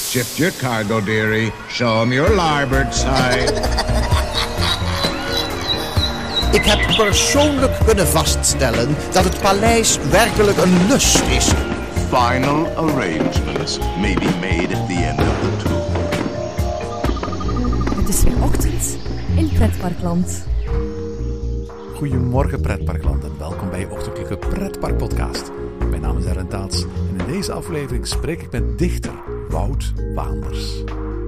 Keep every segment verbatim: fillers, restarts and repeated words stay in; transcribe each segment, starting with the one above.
Shift your cargo, dearie. Show 'em your larboard side. Ik heb persoonlijk kunnen vaststellen dat het paleis werkelijk een lust is. Final arrangements may be made at the end of the tour. Het is weer ochtend in Pretparkland. Goedemorgen Pretparkland en welkom bij je ochtendelijke Pretparkpodcast. Mijn naam is Erwin Taats en in deze aflevering spreek ik met dichter Wout Waanders.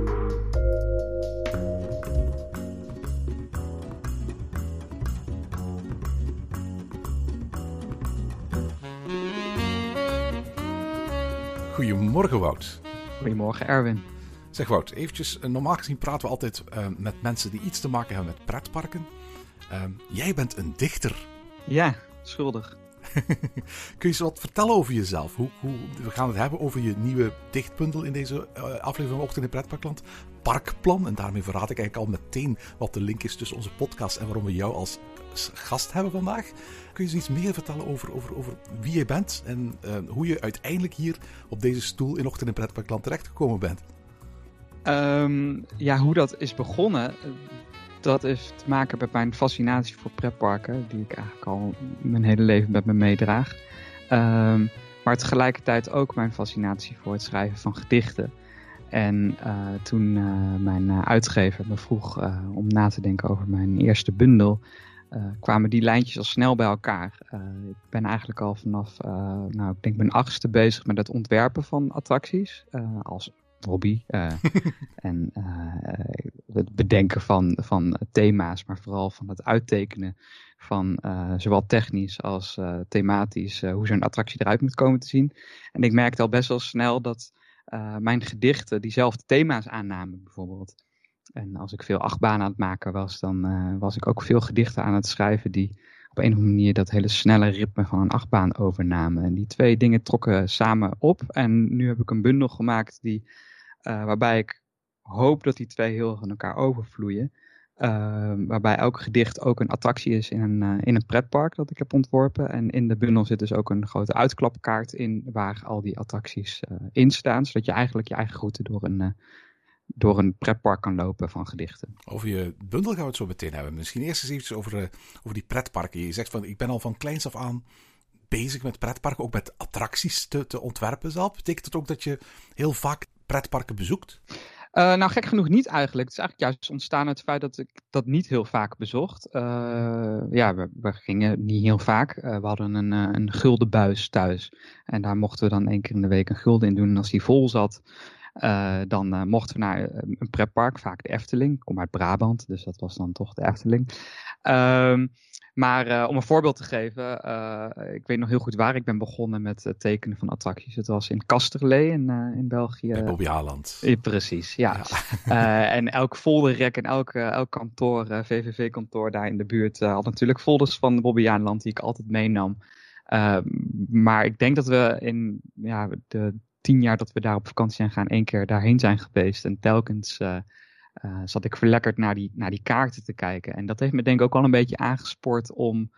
Goedemorgen Wout. Goedemorgen Erwin. Zeg Wout, eventjes, normaal gezien praten we altijd uh, met mensen die iets te maken hebben met pretparken. Uh, jij bent een dichter. Ja, schuldig. Kun je eens wat vertellen over jezelf? Hoe, hoe, we gaan het hebben over je nieuwe dichtbundel in deze uh, aflevering van Ochtend in Pretparkland. Parkplan. En daarmee verraad ik eigenlijk al meteen wat de link is tussen onze podcast en waarom we jou als gast hebben vandaag. Kun je eens iets meer vertellen over, over, over wie je bent en uh, hoe je uiteindelijk hier op deze stoel in Ochtend in Pretparkland terechtgekomen bent? Um, ja, hoe dat is begonnen, dat heeft te maken met mijn fascinatie voor pretparken, die ik eigenlijk al mijn hele leven met me meedraag. Um, maar tegelijkertijd ook mijn fascinatie voor het schrijven van gedichten. En uh, toen uh, mijn uh, uitgever me vroeg uh, om na te denken over mijn eerste bundel, uh, kwamen die lijntjes al snel bij elkaar. Uh, ik ben eigenlijk al vanaf, uh, nou, ik denk mijn achtste bezig met het ontwerpen van attracties, uh, als hobby. Uh, en uh, het bedenken van, van thema's, maar vooral van het uittekenen van uh, zowel technisch als uh, thematisch uh, hoe zo'n attractie eruit moet komen te zien. En ik merkte al best wel snel dat uh, mijn gedichten diezelfde thema's aannamen bijvoorbeeld. En als ik veel achtbanen aan het maken was, dan uh, was ik ook veel gedichten aan het schrijven die op een of andere manier dat hele snelle ritme van een achtbaan overnamen. En die twee dingen trokken samen op. En nu heb ik een bundel gemaakt die, uh, waarbij ik hoop dat die twee heel erg aan elkaar overvloeien. Uh, waarbij elk gedicht ook een attractie is in een, uh, in een pretpark dat ik heb ontworpen. En in de bundel zit dus ook een grote uitklapkaart in waar al die attracties uh, in staan. Zodat je eigenlijk je eigen route door een... Uh, door een pretpark kan lopen van gedichten. Over je bundel gaan we het zo meteen hebben. Misschien eerst eens eventjes over, uh, over die pretparken. Je zegt van, ik ben al van kleins af aan bezig met pretparken, ook met attracties te, te ontwerpen zelf. Betekent het ook dat je heel vaak pretparken bezoekt? Uh, nou, gek genoeg niet eigenlijk. Het is eigenlijk juist ontstaan uit het feit dat ik dat niet heel vaak bezocht. Uh, ja, we, we gingen niet heel vaak. Uh, we hadden een, uh, een gulden buis thuis. En daar mochten we dan één keer in de week een gulden in doen. En als die vol zat, Uh, dan uh, mochten we naar uh, een pretpark, vaak de Efteling. Ik kom uit Brabant, dus dat was dan toch de Efteling. Um, maar uh, om een voorbeeld te geven, uh, ik weet nog heel goed waar ik ben begonnen met het tekenen van attracties. Het was in Kasterlee in, uh, in België. Bij Bobby Haaland. Ja, precies, ja. ja. uh, en elk folderrek en elk, uh, elk kantoor, uh, V V V-kantoor daar in de buurt uh, had natuurlijk folders van Bobby Haaland die ik altijd meenam. Uh, maar ik denk dat we in ja, de tien jaar dat we daar op vakantie zijn gaan, één keer daarheen zijn geweest. En telkens uh, uh, zat ik verlekkerd naar die, naar die kaarten te kijken. En dat heeft me denk ik ook al een beetje aangespoord om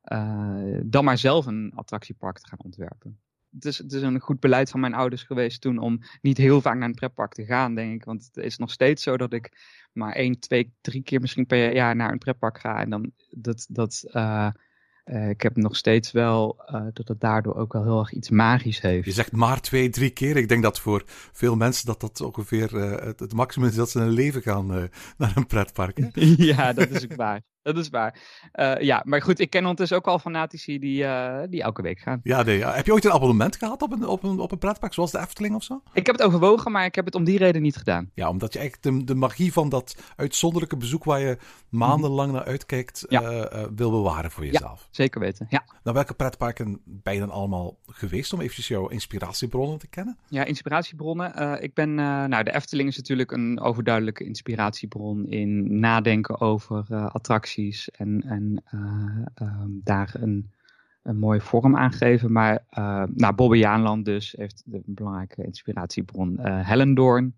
uh, dan maar zelf een attractiepark te gaan ontwerpen. Het is, het is een goed beleid van mijn ouders geweest toen om niet heel vaak naar een pretpark te gaan, denk ik. Want het is nog steeds zo dat ik maar één, twee, drie keer misschien per jaar naar een pretpark ga. En dan dat... dat uh, Uh, ik heb nog steeds wel uh, dat het daardoor ook wel heel erg iets magisch heeft. Je zegt maar twee, drie keer. Ik denk dat voor veel mensen dat dat ongeveer uh, het, het maximum is dat ze in hun leven gaan uh, naar een pretpark. Hè? Ja, dat is ook waar. Dat is waar. Uh, ja, maar goed, ik ken ondertussen ook al fanatici die, uh, die elke week gaan. Ja, nee, ja. Heb je ooit een abonnement gehad op een, op, een, op een pretpark, zoals de Efteling of zo? Ik heb het overwogen, maar ik heb het om die reden niet gedaan. Ja, omdat je eigenlijk de, de magie van dat uitzonderlijke bezoek waar je maandenlang naar uitkijkt, ja. uh, uh, wil bewaren voor jezelf. Ja, zeker weten, ja. Nou, welke pretparken ben je dan allemaal geweest om eventjes jouw inspiratiebronnen te kennen? Ja, inspiratiebronnen. Uh, ik ben, uh, nou, de Efteling is natuurlijk een overduidelijke inspiratiebron in nadenken over uh, attracties. En, en uh, um, daar een, een mooie vorm aan geven. Maar uh, nou, Bobby Haaland dus heeft de belangrijke inspiratiebron uh, Hellendoorn.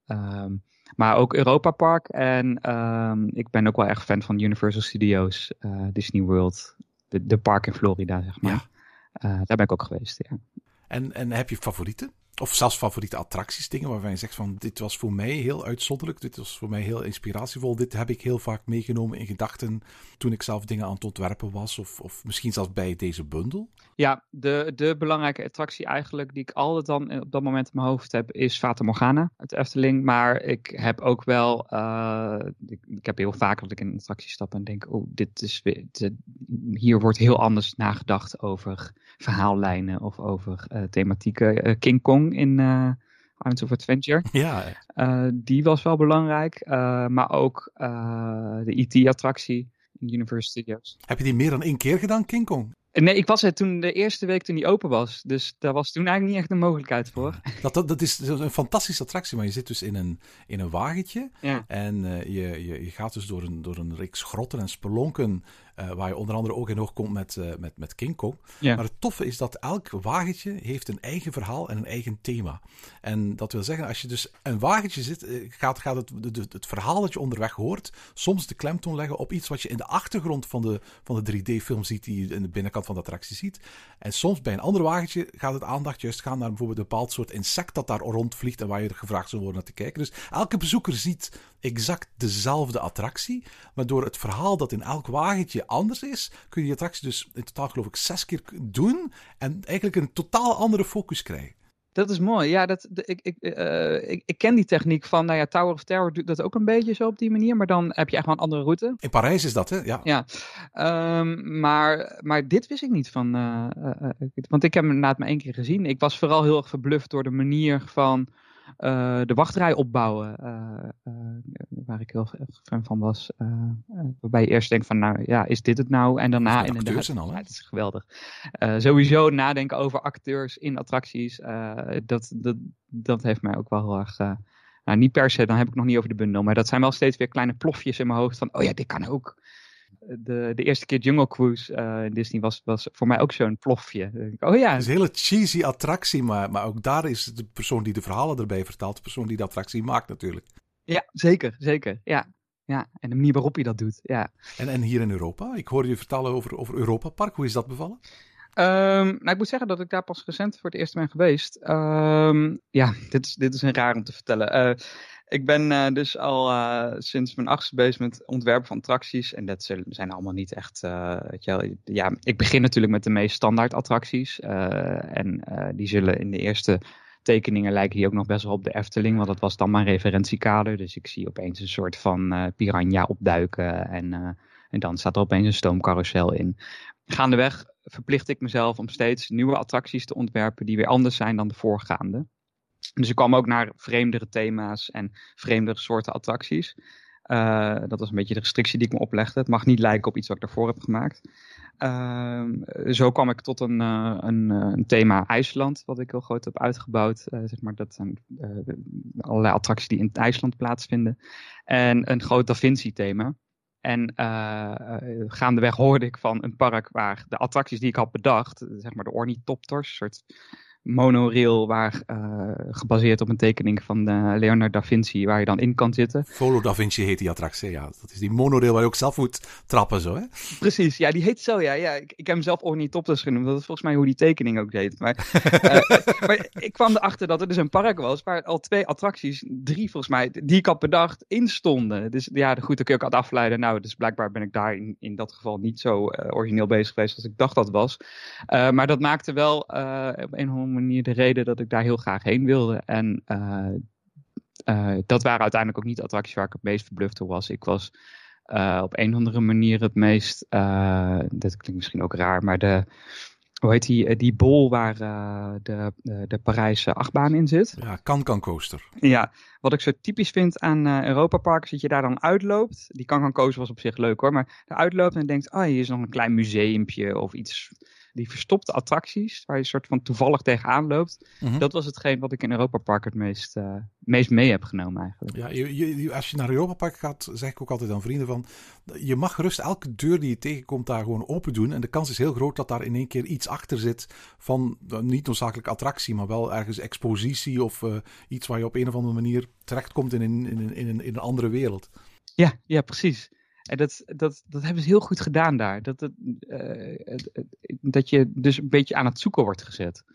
Um, maar ook Europa Park. En um, ik ben ook wel erg fan van Universal Studios, uh, Disney World. De, de park in Florida, zeg maar. Ja. Uh, daar ben ik ook geweest, ja. En, en heb je favorieten? Of zelfs favoriete attracties, dingen waarvan je zegt van dit was voor mij heel uitzonderlijk, dit was voor mij heel inspiratievol, dit heb ik heel vaak meegenomen in gedachten toen ik zelf dingen aan het ontwerpen was, of, of misschien zelfs bij deze bundel? Ja, de, de belangrijke attractie eigenlijk die ik altijd dan op dat moment in mijn hoofd heb, is Fata Morgana uit de Efteling. Maar ik heb ook wel, uh, ik, ik heb heel vaak dat ik in een attractie stap en denk, oh, dit is weer, dit, hier wordt heel anders nagedacht over verhaallijnen of over uh, thematieken. Uh, King Kong in uh, Islands of Adventure. Ja. Uh, die was wel belangrijk, uh, maar ook uh, de E T-attractie in Universal Studios. Heb je die meer dan één keer gedaan, King Kong? Nee, ik was er toen de eerste week toen die open was. Dus daar was toen eigenlijk niet echt een mogelijkheid voor. Dat, dat, dat is een fantastische attractie, maar je zit dus in een, in een wagentje. Ja. En uh, je, je, je gaat dus door een, door een reeks grotten en spelonken, uh, waar je onder andere ook in oog komt met, uh, met, met King Kong. Ja. Maar het toffe is dat elk wagentje heeft een eigen verhaal en een eigen thema. En dat wil zeggen, als je dus een wagentje zit, uh, gaat, gaat het, het, het verhaal dat je onderweg hoort, soms de klemtoon leggen op iets wat je in de achtergrond van de, van de drie D-film ziet, die je in de binnenkant van de attractie ziet. En soms bij een ander wagentje gaat het aandacht juist gaan naar bijvoorbeeld een bepaald soort insect dat daar rondvliegt en waar je er gevraagd zou worden naar te kijken. Dus elke bezoeker ziet exact dezelfde attractie, maar door het verhaal dat in elk wagentje anders is, kun je die attractie dus in totaal geloof ik zes keer doen en eigenlijk een totaal andere focus krijgen. Dat is mooi. Ja, dat, de, ik, ik, uh, ik, ik ken die techniek van, nou ja, Tower of Terror doet dat ook een beetje zo op die manier, maar dan heb je echt wel een andere route. In Parijs is dat, hè? Ja. Ja, um, maar, maar dit wist ik niet van, uh, uh, want ik heb hem inderdaad maar één keer gezien. Ik was vooral heel erg verbluft door de manier van uh, de wachtrij opbouwen, uh, uh, waar ik heel erg fan van was. Uh, uh, waarbij je eerst denkt van, nou ja, is dit het nou? En daarna in de en al, hè? Ja, het is geweldig. Uh, sowieso nadenken over acteurs in attracties, uh, dat, dat, dat heeft mij ook wel heel erg... Uh, nou, niet per se, dan heb ik nog niet over de bundel, maar dat zijn wel steeds weer kleine plofjes in mijn hoofd van, oh ja, dit kan ook. De, de eerste keer Jungle Cruise uh, in Disney was, was voor mij ook zo'n plofje. Oh ja. Het is een hele cheesy attractie, maar, maar ook daar is de persoon die de verhalen erbij vertelt, de persoon die de attractie maakt natuurlijk. Ja, zeker, zeker. Ja, ja. En de manier waarop je dat doet, ja. En, en hier in Europa? Ik hoorde je vertellen over, over Europa Park. Hoe is dat bevallen? Um, nou, ik moet zeggen dat ik daar pas recent voor het eerst ben geweest. Um, ja, dit is, dit is een raar om te vertellen. Uh, ik ben uh, dus al uh, sinds mijn achtste bezig met ontwerpen van attracties. En dat zijn allemaal niet echt... Uh, weet je wel, ja, ik begin natuurlijk met de meest standaard attracties. Uh, en uh, die zullen in de eerste tekeningen lijken die ook nog best wel op de Efteling. Want dat was dan mijn referentiekader. Dus ik zie opeens een soort van uh, piranha opduiken. En, uh, en dan staat er opeens een stoomcarousel in. Gaandeweg verplicht ik mezelf om steeds nieuwe attracties te ontwerpen die weer anders zijn dan de voorgaande. Dus ik kwam ook naar vreemdere thema's en vreemdere soorten attracties. Uh, dat was een beetje de restrictie die ik me oplegde. Het mag niet lijken op iets wat ik daarvoor heb gemaakt. Uh, zo kwam ik tot een, uh, een, uh, een thema IJsland, wat ik heel groot heb uitgebouwd. Uh, zeg maar, dat zijn uh, allerlei attracties die in IJsland plaatsvinden. En een groot Da Vinci thema. En uh, uh, gaandeweg hoorde ik van een park waar de attracties die ik had bedacht, zeg maar de ornithopters, een soort monorail waar uh, gebaseerd op een tekening van uh, Leonardo da Vinci, waar je dan in kan zitten. Volo da Vinci heet die attractie, ja. Dat is die monorail waar je ook zelf moet trappen, zo, hè? Precies, ja, die heet zo, ja. ja ik, ik heb hem zelf ornithopters genoemd, dat is volgens mij hoe die tekening ook deed. Maar, uh, maar ik kwam erachter dat er dus een park was waar al twee attracties, drie volgens mij, die ik had bedacht, in stonden. Dus ja, goed, dan kun je ook uit afleiden. Nou, dus blijkbaar ben ik daar in, in dat geval niet zo uh, origineel bezig geweest als ik dacht dat was. Uh, maar dat maakte wel uh, op een of andere manier de reden dat ik daar heel graag heen wilde. En uh, uh, dat waren uiteindelijk ook niet de attracties waar ik het meest verbluft door was. Ik was uh, op een of andere manier het meest, uh, dat klinkt misschien ook raar, maar de, hoe heet die, die bol waar uh, de, de, de Parijse achtbaan in zit. Ja, Can-Can Coaster. Ja, wat ik zo typisch vind aan uh, Europa Park is dat je daar dan uitloopt. Die Can-Can Coaster was op zich leuk hoor, maar daar uitloopt en je denkt, oh hier is nog een klein museumpje of iets. Die verstopte attracties, waar je soort van toevallig tegenaan loopt. Mm-hmm. Dat was hetgeen wat ik in Europa Park het meest, uh, meest mee heb genomen eigenlijk. Ja, je, je, als je naar Europa Park gaat, zeg ik ook altijd aan vrienden van, je mag gerust elke deur die je tegenkomt daar gewoon open doen. En de kans is heel groot dat daar in één keer iets achter zit van, niet noodzakelijk attractie, maar wel ergens expositie of uh, iets waar je op een of andere manier terechtkomt in, in, in, in, in een andere wereld. Ja, ja, precies. En dat, dat, dat hebben ze heel goed gedaan daar. Dat, dat, uh, dat je dus een beetje aan het zoeken wordt gezet.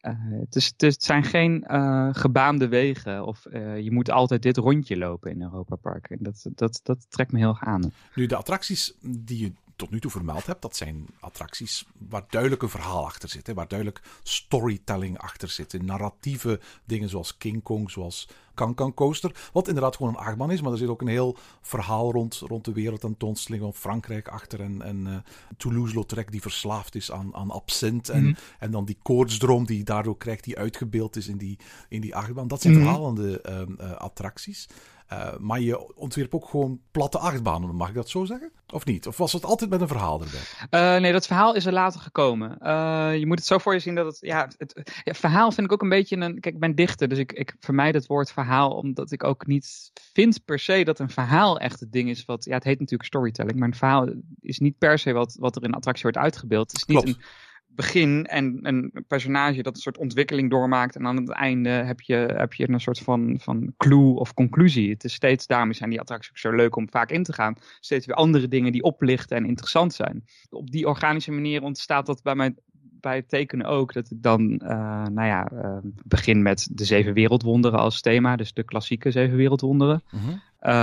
Uh, het, is, het, is, het zijn geen uh, gebaande wegen of uh, je moet altijd dit rondje lopen in Europa Park. En dat, dat, dat trekt me heel erg aan. Nu, de attracties die je tot nu toe vermeld hebt, dat zijn attracties waar duidelijk een verhaal achter zit. Hè, waar duidelijk storytelling achter zit. In narratieve dingen zoals King Kong, zoals Can-Can Coaster. Wat inderdaad gewoon een achtbaan is, maar er zit ook een heel verhaal rond, rond de wereldtentoonstelling van Frankrijk achter. En, en uh, Toulouse-Lautrec die verslaafd is aan, aan absint. En, mm-hmm. en dan die koortsdroom die je daardoor krijgt, die uitgebeeld is in die, in die achtbaan. Dat zijn mm-hmm. verhalende uh, uh, attracties. Uh, maar je ontwierp ook gewoon platte achtbanen, mag ik dat zo zeggen? Of niet? Of was het altijd met een verhaal erbij? Uh, nee, dat verhaal is er later gekomen. Uh, je moet het zo voor je zien dat het... Ja, het ja, verhaal vind ik ook een beetje een... Kijk, ik ben dichter, dus ik, ik vermijd het woord verhaal, omdat ik ook niet vind per se dat een verhaal echt het ding is wat... Ja, het heet natuurlijk storytelling, maar een verhaal is niet per se wat, wat er in de attractie wordt uitgebeeld. Het is niet Klopt. een... begin en een personage dat een soort ontwikkeling doormaakt en aan het einde heb je, heb je een soort van, van clue of conclusie. Het is steeds, daarom zijn die attracties ook zo leuk om vaak in te gaan, steeds weer andere dingen die oplichten en interessant zijn. Op die organische manier ontstaat dat bij mij bij het tekenen ook, dat ik dan uh, nou ja, uh, begin met de zeven wereldwonderen als thema, dus de klassieke zeven wereldwonderen. Mm-hmm.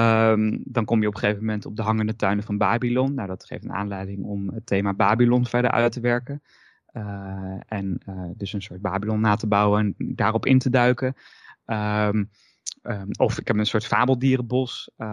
Um, dan kom je op een gegeven moment op de hangende tuinen van Babylon. Nou, dat geeft een aanleiding om het thema Babylon verder uit te werken. Uh, en uh, dus een soort Babylon na te bouwen en daarop in te duiken. Um, um, of ik heb een soort fabeldierenbos, uh,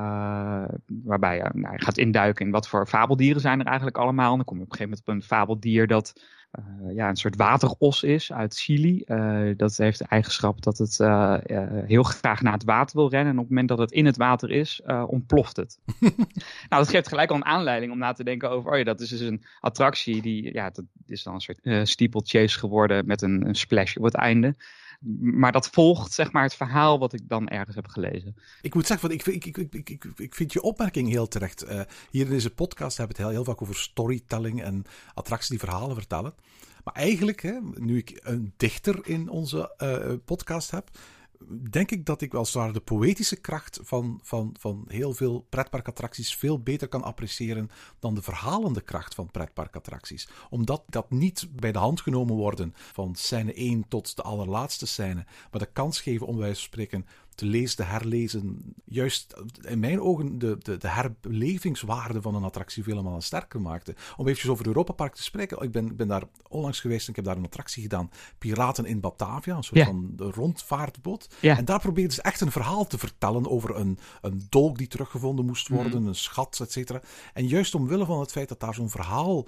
waarbij je, nou, je gaat induiken in wat voor fabeldieren zijn er eigenlijk allemaal. En dan kom je op een gegeven moment op een fabeldier dat uh, ja, een soort wateros is uit Chili. Uh, dat heeft de eigenschap dat het uh, uh, heel graag naar het water wil rennen. En op het moment dat het in het water is, uh, ontploft het. Nou, dat geeft gelijk al een aanleiding om na te denken over, oh ja, dat is dus een attractie die, ja, dat is dan een soort uh, steeplechase geworden met een, een splash op het einde. Maar dat volgt, zeg maar, het verhaal wat ik dan ergens heb gelezen. Ik moet zeggen, ik, ik, ik, ik, ik, ik vind je opmerking heel terecht. Uh, hier in deze podcast hebben we het heel, heel vaak over storytelling en attracties die verhalen vertellen. Maar eigenlijk, hè, nu ik een dichter in onze uh, podcast heb, denk ik dat ik als het ware de poëtische kracht van, van, van heel veel pretparkattracties veel beter kan appreciëren dan de verhalende kracht van pretparkattracties. Omdat dat niet bij de hand genomen worden van scène één tot de allerlaatste scène, maar de kans geven om bij wijze van spreken te lezen, te herlezen, juist in mijn ogen de, de, de herbelevingswaarde van een attractie veel helemaal sterker maakte. Om eventjes over Europa Park te spreken, ik ben, ik ben daar onlangs geweest en ik heb daar een attractie gedaan, Piraten in Batavia, een soort ja. van rondvaartboot. Ja. En daar probeerden ze echt een verhaal te vertellen over een, een dolk die teruggevonden moest worden, mm. een schat, et cetera. En juist omwille van het feit dat daar zo'n verhaal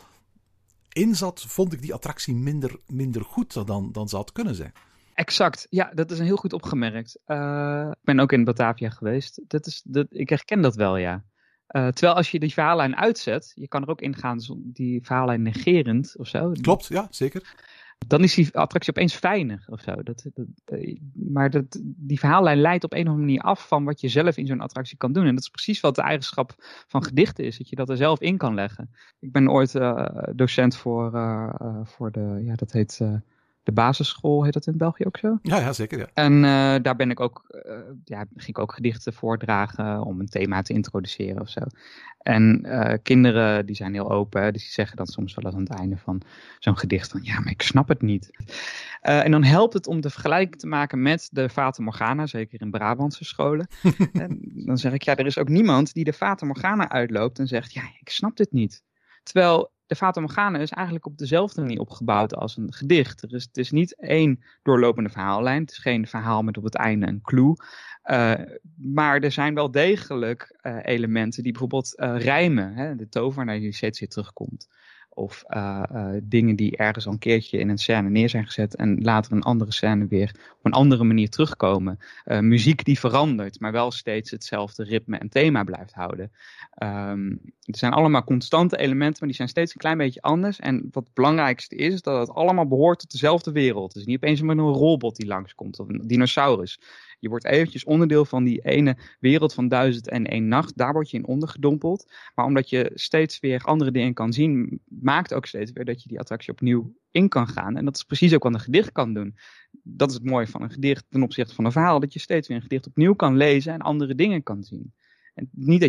in zat, vond ik die attractie minder, minder goed dan, dan ze had kunnen zijn. Exact, ja, dat is een heel goed opgemerkt. Uh, ik ben ook in Batavia geweest. Dat is, dat, ik herken dat wel, ja. Uh, terwijl als je die verhaallijn uitzet, je kan er ook ingaan, die verhaallijn negerend of zo. Klopt, ja, zeker. Dan is die attractie opeens fijner of zo. Dat, dat, maar dat, die verhaallijn leidt op een of andere manier af van wat je zelf in zo'n attractie kan doen. En dat is precies wat de eigenschap van gedichten is, dat je dat er zelf in kan leggen. Ik ben ooit uh, docent voor, uh, uh, voor de, ja, dat heet... Uh, De basisschool, heet dat in België ook zo? Ja, ja zeker. Ja. En uh, daar ben ik ook, uh, ja, ging ik ook gedichten voordragen om een thema te introduceren of zo. En uh, kinderen die zijn heel open, dus die zeggen dan soms wel eens aan het einde van zo'n gedicht van, ja, maar ik snap het niet. Uh, en dan helpt het om de vergelijking te maken met de Fata Morgana, zeker in Brabantse scholen. En dan zeg ik, ja, er is ook niemand die de Fata Morgana uitloopt en zegt, ja, ik snap dit niet. Terwijl de Fata Morgana is eigenlijk op dezelfde manier opgebouwd als een gedicht. Er is, het is niet één doorlopende verhaallijn. Het is geen verhaal met op het einde een clue. Uh, maar er zijn wel degelijk uh, elementen die bijvoorbeeld uh, rijmen. Hè? De tovenaar die steeds weer terugkomt. Of uh, uh, dingen die ergens al een keertje in een scène neer zijn gezet en later een andere scène weer op een andere manier terugkomen. Uh, muziek die verandert, maar wel steeds hetzelfde ritme en thema blijft houden. Um, er zijn allemaal constante elementen, maar die zijn steeds een klein beetje anders. En wat het belangrijkste is, is dat het allemaal behoort tot dezelfde wereld. Dus niet opeens met een robot die langskomt of een dinosaurus. Je wordt eventjes onderdeel van die ene wereld van duizend en één nacht. Daar word je in ondergedompeld. Maar omdat je steeds weer andere dingen kan zien, maakt ook steeds weer dat je die attractie opnieuw in kan gaan. En dat is precies ook wat een gedicht kan doen. Dat is het mooie van een gedicht ten opzichte van een verhaal. Dat je steeds weer een gedicht opnieuw kan lezen en andere dingen kan zien. En niet dat je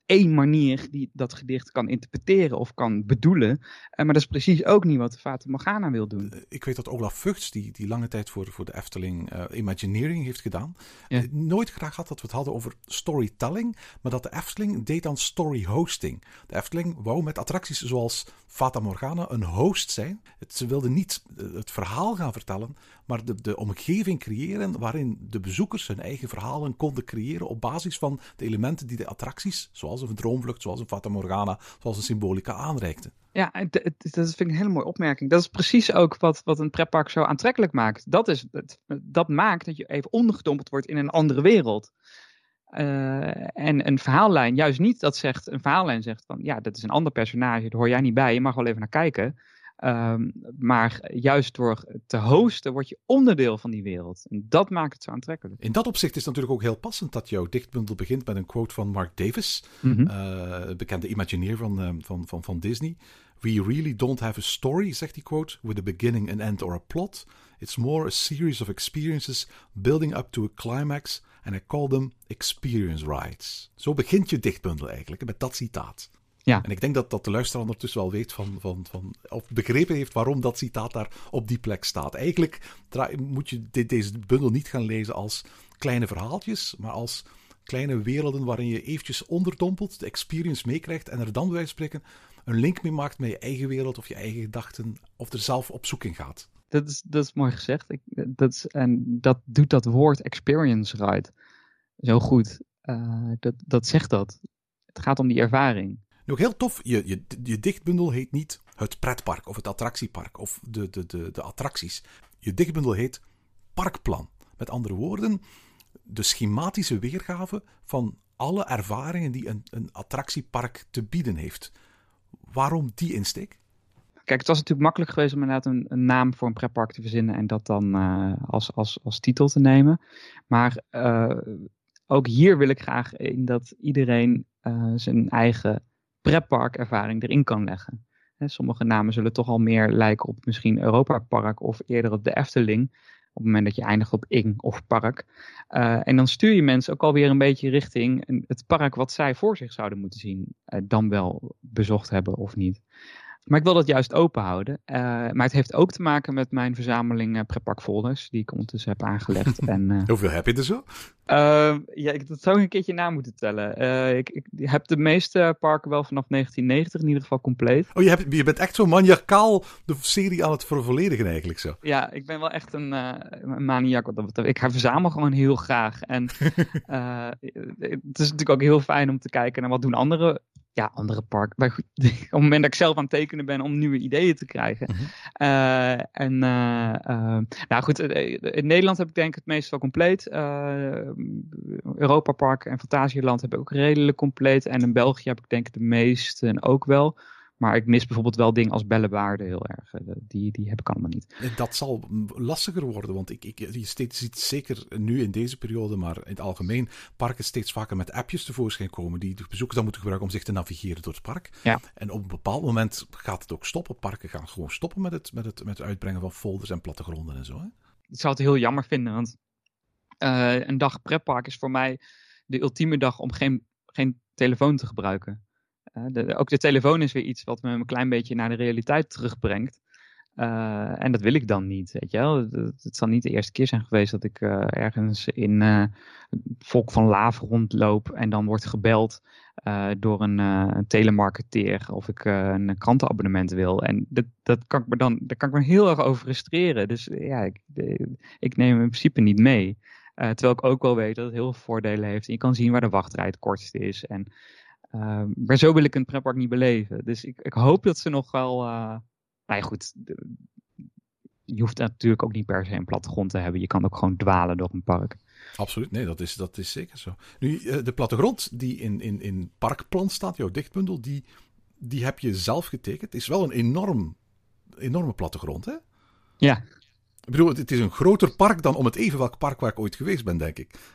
één manier die dat gedicht kan interpreteren of kan bedoelen. Uh, maar dat is precies ook niet wat de Fata Morgana wil doen. Ik weet dat Olaf Vugts, die, die lange tijd voor, voor de Efteling uh, Imagineering heeft gedaan, ja. uh, nooit graag had dat we het hadden over storytelling, maar dat de Efteling deed aan story hosting. De Efteling wou met attracties zoals Fata Morgana een host zijn. Het, ze wilden niet het verhaal gaan vertellen, maar de, de omgeving creëren waarin de bezoekers hun eigen verhalen konden creëren op basis van de elementen die de attracties, zoals een droomvlucht, zoals een Fata Morgana, zoals een Symbolica aanreikten. Ja, dat vind ik een hele mooie opmerking. Dat is precies ook wat, wat een pretpark zo aantrekkelijk maakt. Dat, is, dat, dat maakt dat je even ondergedompeld wordt in een andere wereld. Uh, en een verhaallijn, juist niet dat zegt, een verhaallijn zegt van, ja, dat is een ander personage, daar hoor jij niet bij, je mag wel even naar kijken. Um, maar juist door te hosten word je onderdeel van die wereld. En dat maakt het zo aantrekkelijk. In dat opzicht is het natuurlijk ook heel passend dat jouw dichtbundel begint met een quote van Mark Davis, mm-hmm. uh, bekende Imagineer van, uh, van, van, van Disney. We really don't have a story, zegt die quote, with a beginning, an end or a plot. It's more a series of experiences building up to a climax and I call them experience rides. Zo begint je dichtbundel eigenlijk, met dat citaat. Ja. En ik denk dat, dat de luisteraar ondertussen wel weet van, van, van, of begrepen heeft waarom dat citaat daar op die plek staat. Eigenlijk draai, moet je dit, deze bundel niet gaan lezen als kleine verhaaltjes, maar als kleine werelden waarin je eventjes onderdompelt, de experience meekrijgt en er dan bij wijze van spreken een link mee maakt met je eigen wereld of je eigen gedachten of er zelf op zoek in gaat. Dat is, dat is mooi gezegd. Ik, dat is, en dat doet dat woord experience ride zo goed. Uh, dat, dat zegt dat. Het gaat om die ervaring. Nog heel tof, je, je, je dichtbundel heet niet het pretpark of het attractiepark of de, de, de, de attracties. Je dichtbundel heet Parkplan. Met andere woorden, de schematische weergave van alle ervaringen die een, een attractiepark te bieden heeft. Waarom die insteek? Kijk, het was natuurlijk makkelijk geweest om inderdaad een, een naam voor een pretpark te verzinnen en dat dan uh, als, als, als titel te nemen. Maar uh, ook hier wil ik graag in dat iedereen uh, zijn eigen pretparkervaring erin kan leggen. He, sommige namen zullen toch al meer lijken op misschien Europa Park of eerder op de Efteling. Op het moment dat je eindigt op ing of park. Uh, en dan stuur je mensen ook alweer een beetje richting het park wat zij voor zich zouden moeten zien. Uh, dan wel bezocht hebben of niet. Maar ik wil dat juist open houden. Uh, maar het heeft ook te maken met mijn verzameling uh, pretparkfolders die ik ondertussen heb aangelegd. en, uh, Hoeveel heb je er zo? Uh, ja, ik dat zou een keertje na moeten tellen. Uh, ik, ik heb de meeste parken wel vanaf negentien negentig in ieder geval compleet. Oh, je, hebt, je bent echt zo maniacaal de serie aan het vervolledigen eigenlijk zo. Ja, ik ben wel echt een, uh, een maniak. Ik verzamel gewoon heel graag. En uh, het is natuurlijk ook heel fijn om te kijken naar wat doen anderen. Ja, andere parken. Maar goed, op het moment dat ik zelf aan het tekenen ben om nieuwe ideeën te krijgen. Mm-hmm. Uh, en uh, uh, nou goed, in Nederland heb ik denk ik het meest wel compleet. Uh, Europa Park en Fantasieland heb ik ook redelijk compleet. En in België heb ik denk ik de meeste ook wel. Maar ik mis bijvoorbeeld wel dingen als Bellewaarde heel erg. Die, die heb ik allemaal niet. Dat zal lastiger worden, want ik, ik, je steeds ziet zeker nu in deze periode, maar in het algemeen, parken steeds vaker met appjes tevoorschijn komen die de bezoekers dan moeten gebruiken om zich te navigeren door het park. Ja. En op een bepaald moment gaat het ook stoppen. Parken gaan gewoon stoppen met het, met het, met het uitbrengen van folders en plattegronden en zo. Hè? Ik zou het heel jammer vinden, want uh, een dag pretpark is voor mij de ultieme dag om geen, geen telefoon te gebruiken. Uh, de, ook de telefoon is weer iets wat me een klein beetje naar de realiteit terugbrengt. Uh, en dat wil ik dan niet, weet je wel. Het, het zal niet de eerste keer zijn geweest dat ik uh, ergens in uh, het volk van Laaf rondloop en dan wordt gebeld uh, door een, uh, een telemarketeer of ik uh, een krantenabonnement wil. En dat, dat kan ik me dan, daar kan ik me heel erg over frustreren. Dus ja, ik, de, ik neem hem in principe niet mee. Uh, terwijl ik ook wel weet dat het heel veel voordelen heeft. En je kan zien waar de wachtrij het kortst is en Uh, maar zo wil ik een pretpark niet beleven. Dus ik, ik hoop dat ze nog wel... Uh, nou ja, goed. De, je hoeft natuurlijk ook niet per se een plattegrond te hebben. Je kan ook gewoon dwalen door een park. Absoluut, nee, dat is, dat is zeker zo. Nu, uh, de plattegrond die in, in, in Parkplan staat, jouw dichtbundel, die, die heb je zelf getekend. Het is wel een enorm, enorme plattegrond, hè? Ja. Ik bedoel, het is een groter park dan om het even welk park waar ik ooit geweest ben, denk ik.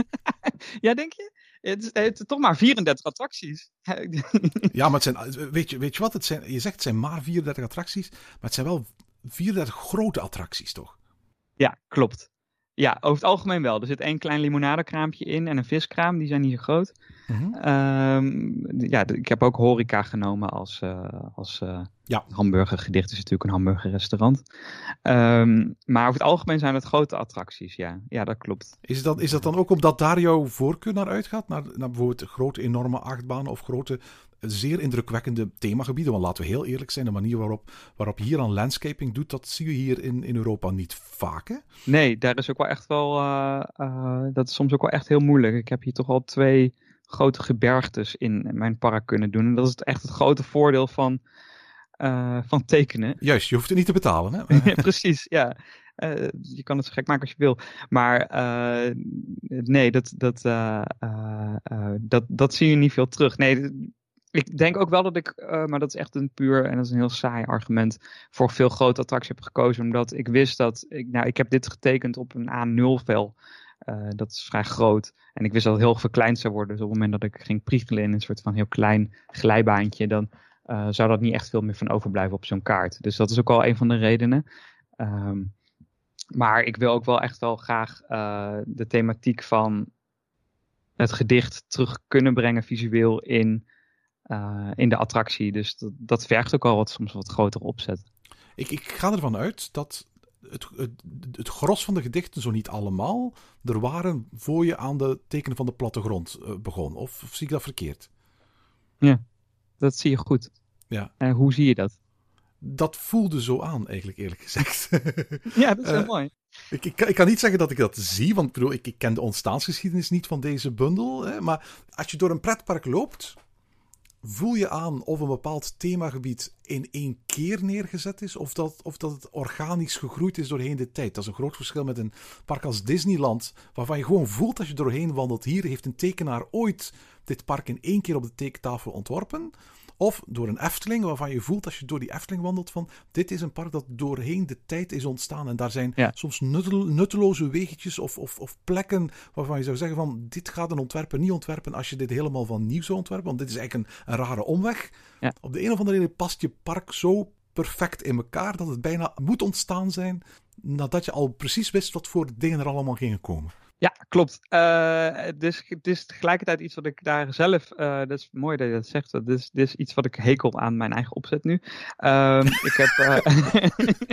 Ja, denk je? Het is, het is toch maar vierendertig attracties. Ja, maar het zijn, weet je, weet je wat? Het zijn, je zegt het zijn maar vierendertig attracties, maar het zijn wel vierendertig grote attracties, toch? Ja, klopt. Ja, over het algemeen wel. Er zit één klein limonadekraampje in en een viskraam. Die zijn niet zo groot. Mm-hmm. Um, ja, ik heb ook horeca genomen als, uh, als uh, ja. hamburgergedicht. is natuurlijk een hamburgerrestaurant. Um, maar over het algemeen zijn het grote attracties, ja. Ja, dat klopt. Is dat, is dat dan ook omdat daar jouw voorkeur naar uitgaat? Naar, naar bijvoorbeeld grote, enorme achtbanen of grote, zeer indrukwekkende themagebieden? Want laten we heel eerlijk zijn, de manier waarop, waarop je hier aan landscaping doet, dat zie je hier in, in Europa niet vaak, hè? Nee, daar is ook wel echt wel, uh, uh, dat is soms ook wel echt heel moeilijk. Ik heb hier toch al twee grote gebergtes in mijn park kunnen doen. En dat is echt het grote voordeel van, uh, van tekenen. Juist, je hoeft het niet te betalen, hè? Ja, precies, ja. Uh, je kan het zo gek maken als je wil. Maar uh, nee, dat, dat, uh, uh, uh, dat, dat zie je niet veel terug. Nee, ik denk ook wel dat ik, uh, maar dat is echt een puur, en dat is een heel saai argument, voor veel grote attracties heb gekozen. Omdat ik wist dat, ik, nou, ik heb dit getekend op een A nul vel. Uh, dat is vrij groot. En ik wist dat het heel verkleind zou worden. Dus op het moment dat ik ging priegelen in een soort van heel klein glijbaantje, dan uh, zou dat niet echt veel meer van overblijven op zo'n kaart. Dus dat is ook al een van de redenen. Um, maar ik wil ook wel echt wel graag uh, de thematiek van het gedicht terug kunnen brengen visueel in, uh, in de attractie. Dus dat, dat vergt ook al wat, soms wat grotere opzet. Ik, ik ga ervan uit dat Het, het, het gros van de gedichten, zo niet allemaal, er waren voor je aan de tekenen van de plattegrond uh, begon. Of, of zie ik dat verkeerd? Ja, dat zie je goed. Ja. En uh, hoe zie je dat? Dat voelde zo aan, eigenlijk eerlijk gezegd. Ja, dat is heel uh, mooi. Ik, ik, ik kan niet zeggen dat ik dat zie, want ik, bedoel, ik, ik ken de ontstaansgeschiedenis niet van deze bundel. Hè, maar als je door een pretpark loopt, voel je aan of een bepaald themagebied in één keer neergezet is, of dat, of dat het organisch gegroeid is doorheen de tijd. Dat is een groot verschil met een park als Disneyland, waarvan je gewoon voelt als je doorheen wandelt. Hier heeft een tekenaar ooit dit park in één keer op de tekentafel ontworpen. Of door een Efteling, waarvan je voelt als je door die Efteling wandelt van, dit is een park dat doorheen de tijd is ontstaan. En daar zijn ja. soms nuttel, nutteloze wegetjes of, of, of plekken waarvan je zou zeggen van, dit gaat een ontwerper niet ontwerpen als je dit helemaal van nieuw zou ontwerpen. Want dit is eigenlijk een, een rare omweg. Ja. Op de een of andere reden past je park zo perfect in elkaar dat het bijna moet ontstaan zijn nadat je al precies wist wat voor dingen er allemaal gingen komen. Ja, klopt. Uh, dus het is tegelijkertijd iets wat ik daar zelf, uh, dat is mooi dat je dat zegt, dit is, dit is iets wat ik hekel aan mijn eigen opzet nu. Um, ik heb, uh,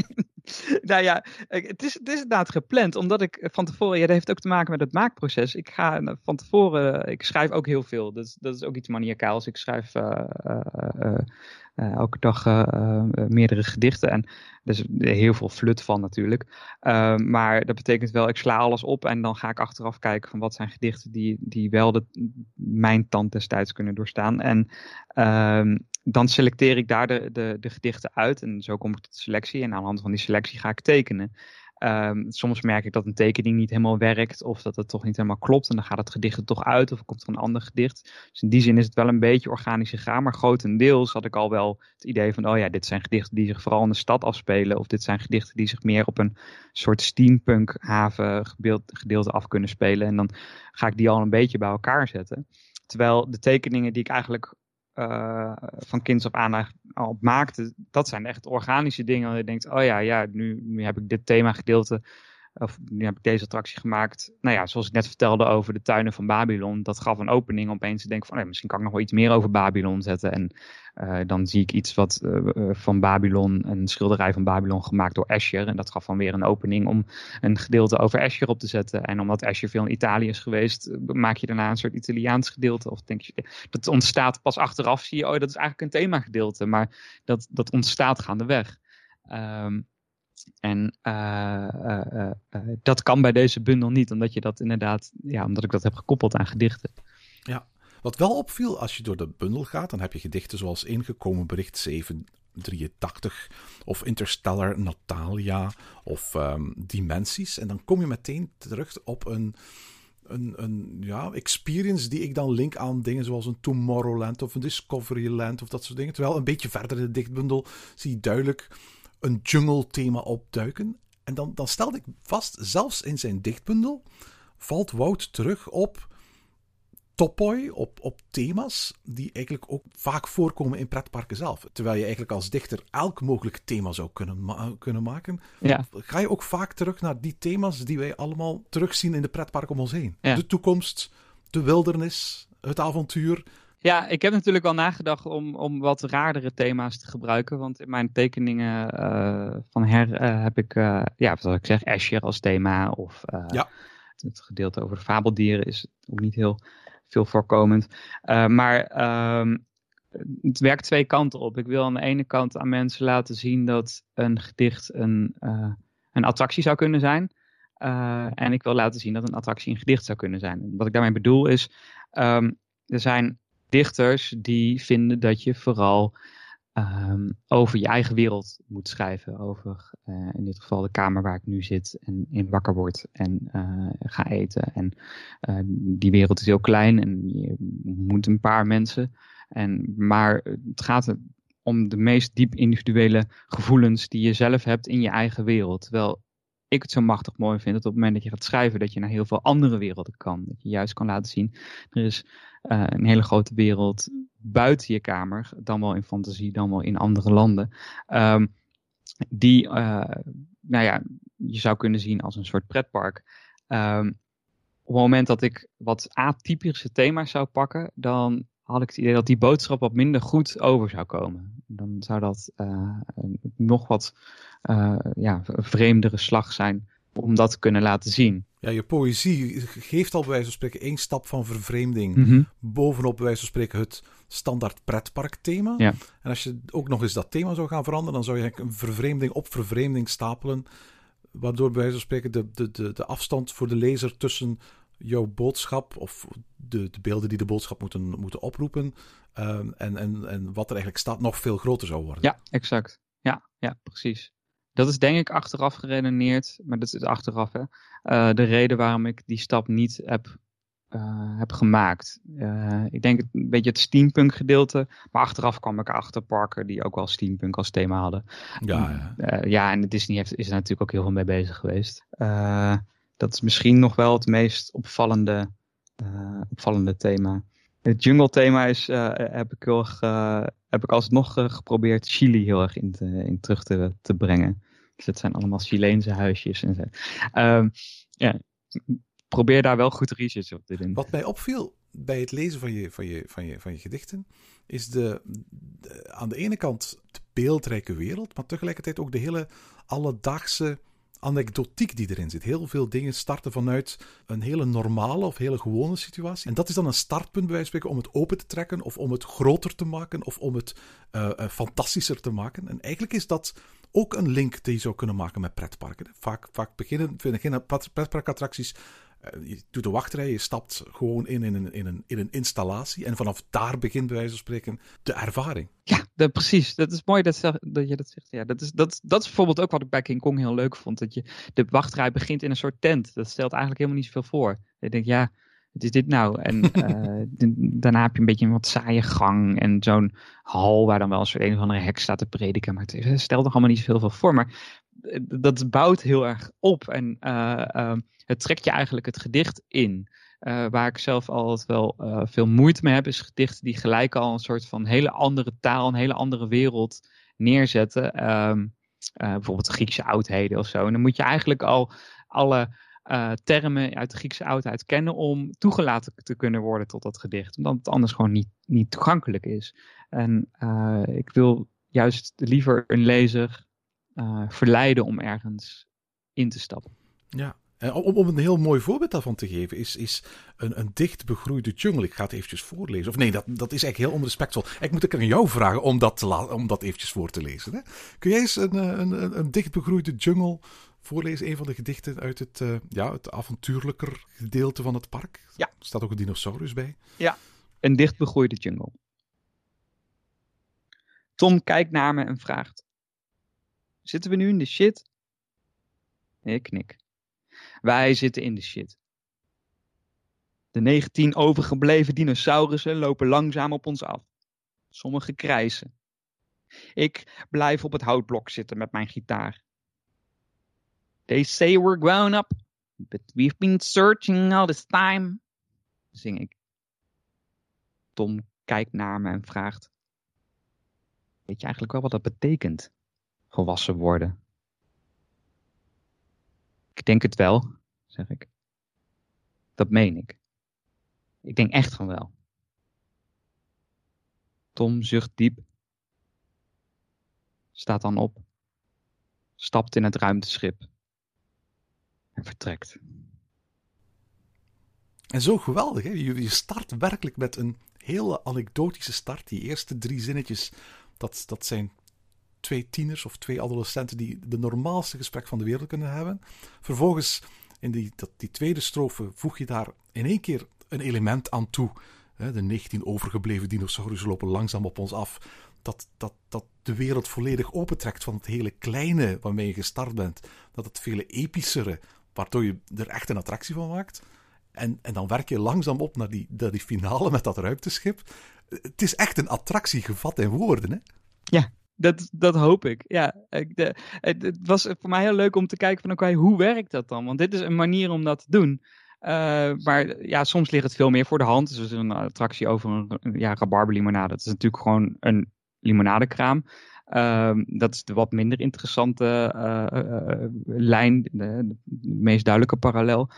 nou ja, het is, het is inderdaad gepland, omdat ik van tevoren, ja, dat heeft ook te maken met het maakproces. Ik ga van tevoren, ik schrijf ook heel veel, dat is, dat is ook iets maniacaals. Ik schrijf uh, uh, uh, uh, elke dag uh, uh, meerdere gedichten en er is heel veel flut van natuurlijk. Uh, maar dat betekent wel, ik sla alles op en dan ga ik achteraf kijken van wat zijn gedichten die, die wel de, mijn tand destijds kunnen doorstaan. En uh, dan selecteer ik daar de, de, de gedichten uit en zo kom ik tot de selectie. En aan de hand van die selectie ga ik tekenen. Um, soms merk ik dat een tekening niet helemaal werkt of dat het toch niet helemaal klopt en dan gaat het gedicht er toch uit of er komt er een ander gedicht. Dus in die zin is het wel een beetje organisch gegaan, maar grotendeels had ik al wel het idee van, oh ja, dit zijn gedichten die zich vooral in de stad afspelen of dit zijn gedichten die zich meer op een soort steampunk haven gedeelte af kunnen spelen en dan ga ik die al een beetje bij elkaar zetten. Terwijl de tekeningen die ik eigenlijk Uh, van kinds af aan al maakte, dat zijn echt organische dingen. waar Je denkt, oh ja, ja nu, nu heb ik dit themagedeelte, of nu heb ik deze attractie gemaakt. Nou ja, zoals ik net vertelde over de tuinen van Babylon, dat gaf een opening opeens te denken van, oh ja, misschien kan ik nog wel iets meer over Babylon zetten. En uh, dan zie ik iets wat uh, van Babylon, een schilderij van Babylon gemaakt door Escher. En dat gaf dan weer een opening om een gedeelte over Escher op te zetten. En omdat Escher veel in Italië is geweest, maak je daarna een soort Italiaans gedeelte. Of denk je, dat ontstaat pas achteraf, zie je, oh, dat is eigenlijk een themagedeelte. Maar dat, dat ontstaat gaandeweg. Um, En uh, uh, uh, uh, dat kan bij deze bundel niet, omdat je dat inderdaad, ja, omdat ik dat heb gekoppeld aan gedichten. Ja, wat wel opviel als je door de bundel gaat, dan heb je gedichten zoals Ingekomen Bericht zeven drieëntachtig of Interstellar Natalia of um, Dimensies. En dan kom je meteen terug op een, een, een ja, experience die ik dan link aan dingen zoals een Tomorrowland of een Discoveryland of dat soort dingen. Terwijl een beetje verder in de dichtbundel zie je duidelijk een jungle-thema opduiken. En dan, dan stelde ik vast, zelfs in zijn dichtbundel valt Wout terug op topoi op, op thema's die eigenlijk ook vaak voorkomen in pretparken zelf. Terwijl je eigenlijk als dichter elk mogelijk thema zou kunnen, ma- kunnen maken. Ja. Ga je ook vaak terug naar die thema's die wij allemaal terugzien in de pretparken om ons heen. Ja. De toekomst, de wildernis, het avontuur. Ja, ik heb natuurlijk wel nagedacht om, om wat raardere thema's te gebruiken. Want in mijn tekeningen uh, van Her uh, heb ik, uh, ja, wat ik zeg, Escher als thema. Of uh, Ja. het gedeelte over de fabeldieren is ook niet heel veel voorkomend. Uh, maar um, het werkt twee kanten op. Ik wil aan de ene kant aan mensen laten zien dat een gedicht een, uh, een attractie zou kunnen zijn. Uh, en ik wil laten zien dat een attractie een gedicht zou kunnen zijn. Wat ik daarmee bedoel is, um, er zijn dichters die vinden dat je vooral um, over je eigen wereld moet schrijven. Over uh, in dit geval de kamer waar ik nu zit en in wakker word en uh, ga eten. En uh, die wereld is heel klein en je moet een paar mensen. En, maar het gaat om de meest diep individuele gevoelens die je zelf hebt in je eigen wereld. Terwijl ik het zo machtig mooi vind dat op het moment dat je gaat schrijven, dat je naar heel veel andere werelden kan. Dat je juist kan laten zien, er is uh, een hele grote wereld buiten je kamer, dan wel in fantasie, dan wel in andere landen. Um, die, uh, nou ja, je zou kunnen zien als een soort pretpark. Um, op het moment dat ik wat atypische thema's zou pakken, dan had ik het idee dat die boodschap wat minder goed over zou komen. Dan zou dat uh, nog wat uh, ja, een vreemdere slag zijn om dat te kunnen laten zien. Ja, je poëzie geeft al bij wijze van spreken één stap van vervreemding. Mm-hmm. Bovenop bij wijze van spreken het standaard pretparkthema. Ja. En als je ook nog eens dat thema zou gaan veranderen, dan zou je eigenlijk een vervreemding op vervreemding stapelen. Waardoor bij wijze van spreken de, de, de, de afstand voor de lezer tussen jouw boodschap of de, de beelden die de boodschap moeten, moeten oproepen um, en, en, en wat er eigenlijk staat nog veel groter zou worden. Ja, exact. Ja, ja, precies. Dat is denk ik achteraf geredeneerd, maar dat is achteraf hè. Uh, de reden waarom ik die stap niet heb, uh, heb gemaakt. Uh, ik denk het, een beetje het steampunk gedeelte, maar achteraf kwam ik achter Parker die ook wel steampunk als thema hadden. Ja, ja. Uh, ja en Disney heeft, is er natuurlijk ook heel veel mee bezig geweest. Uh, dat is misschien nog wel het meest opvallende, uh, opvallende thema. Het jungle thema is, uh, heb ik heel erg, uh, heb ik alsnog uh, geprobeerd Chili heel erg in, te, in terug te, te brengen. Dus het zijn allemaal Chileense huisjes en zo. Um, ja, probeer daar wel goed research op te doen. Wat mij opviel bij het lezen van je, van je, van je, van je gedichten, is de, de, aan de ene kant de beeldrijke wereld, maar tegelijkertijd ook de hele alledaagse anekdotiek die erin zit. Heel veel dingen starten vanuit een hele normale of hele gewone situatie. En dat is dan een startpunt bij wijze van spreken om het open te trekken of om het groter te maken of om het uh, uh, fantastischer te maken. En eigenlijk is dat ook een link die je zou kunnen maken met pretparken. Vaak, vaak beginnen, beginnen pretparkattracties. Uh, je doet de wachtrij, je stapt gewoon in in een, in, een, in een installatie en vanaf daar begint bij wijze van spreken de ervaring. Ja, de, precies. Dat is mooi dat, dat je dat zegt. Ja, dat, is, dat, dat is bijvoorbeeld ook wat ik bij King Kong heel leuk vond. Dat je de wachtrij begint in een soort tent. Dat stelt eigenlijk helemaal niet zoveel voor. Ik denk, ja, wat is dit nou? En uh, de, daarna heb je een beetje een wat saaie gang en zo'n hal waar dan wel een soort een of andere hek staat te prediken. Maar het stelt nog allemaal niet zoveel voor. Maar dat bouwt heel erg op en uh, uh, het trekt je eigenlijk het gedicht in. Uh, waar ik zelf altijd wel uh, veel moeite mee heb, is gedichten die gelijk al een soort van hele andere taal, een hele andere wereld neerzetten. Um, uh, bijvoorbeeld de Griekse oudheden of zo. En dan moet je eigenlijk al alle uh, termen uit de Griekse oudheid kennen om toegelaten te kunnen worden tot dat gedicht. Omdat het anders gewoon niet, niet toegankelijk is. En uh, ik wil juist liever een lezer uh, verleiden om ergens in te stappen. Ja. Om, om een heel mooi voorbeeld daarvan te geven, is, is een, een dicht begroeide jungle. Ik ga het eventjes voorlezen. Of nee, dat, dat is eigenlijk heel onrespectvol. Ik moet ook aan jou vragen om dat, te la- om dat eventjes voor te lezen. Hè? Kun jij eens een, een, een dicht begroeide jungle voorlezen? Een van de gedichten uit het, uh, ja, het avontuurlijker gedeelte van het park. Ja. Er staat ook een dinosaurus bij. Ja, een dicht begroeide jungle. Tom kijkt naar me en vraagt: zitten we nu in de shit? Ik knik. Wij zitten in de shit. De negentien overgebleven dinosaurussen lopen langzaam op ons af. Sommige krijsen. Ik blijf op het houtblok zitten met mijn gitaar. They say we're grown up, but we've been searching all this time, zing ik. Tom kijkt naar me en vraagt... Weet je eigenlijk wel wat dat betekent? Volwassen worden. Ik denk het wel, zeg ik. Dat meen ik. Ik denk echt van wel. Tom zucht diep. Staat dan op. Stapt in het ruimteschip. En vertrekt. En zo geweldig, hè? Je, je start werkelijk met een hele anekdotische start. Die eerste drie zinnetjes, dat, dat zijn twee tieners of twee adolescenten die de normaalste gesprek van de wereld kunnen hebben. Vervolgens, in die, dat, die tweede strofe, voeg je daar in één keer een element aan toe. De negentien overgebleven dinosaurussen lopen langzaam op ons af. Dat, dat, dat de wereld volledig opentrekt van het hele kleine waarmee je gestart bent. Dat het vele epischere, waardoor je er echt een attractie van maakt. En, en dan werk je langzaam op naar die, naar die finale met dat ruimteschip. Het is echt een attractie gevat in woorden, hè? Ja, dat, dat hoop ik. Ja, ik, de, het, het was voor mij heel leuk om te kijken van oké, hoe werkt dat dan? Want dit is een manier om dat te doen. Uh, maar ja, soms ligt het veel meer voor de hand. Dus er is een attractie over een ja, rabarberlimonade. Dat is natuurlijk gewoon een limonadekraam. Uh, dat is de wat minder interessante uh, uh, lijn, de, de meest duidelijke parallel.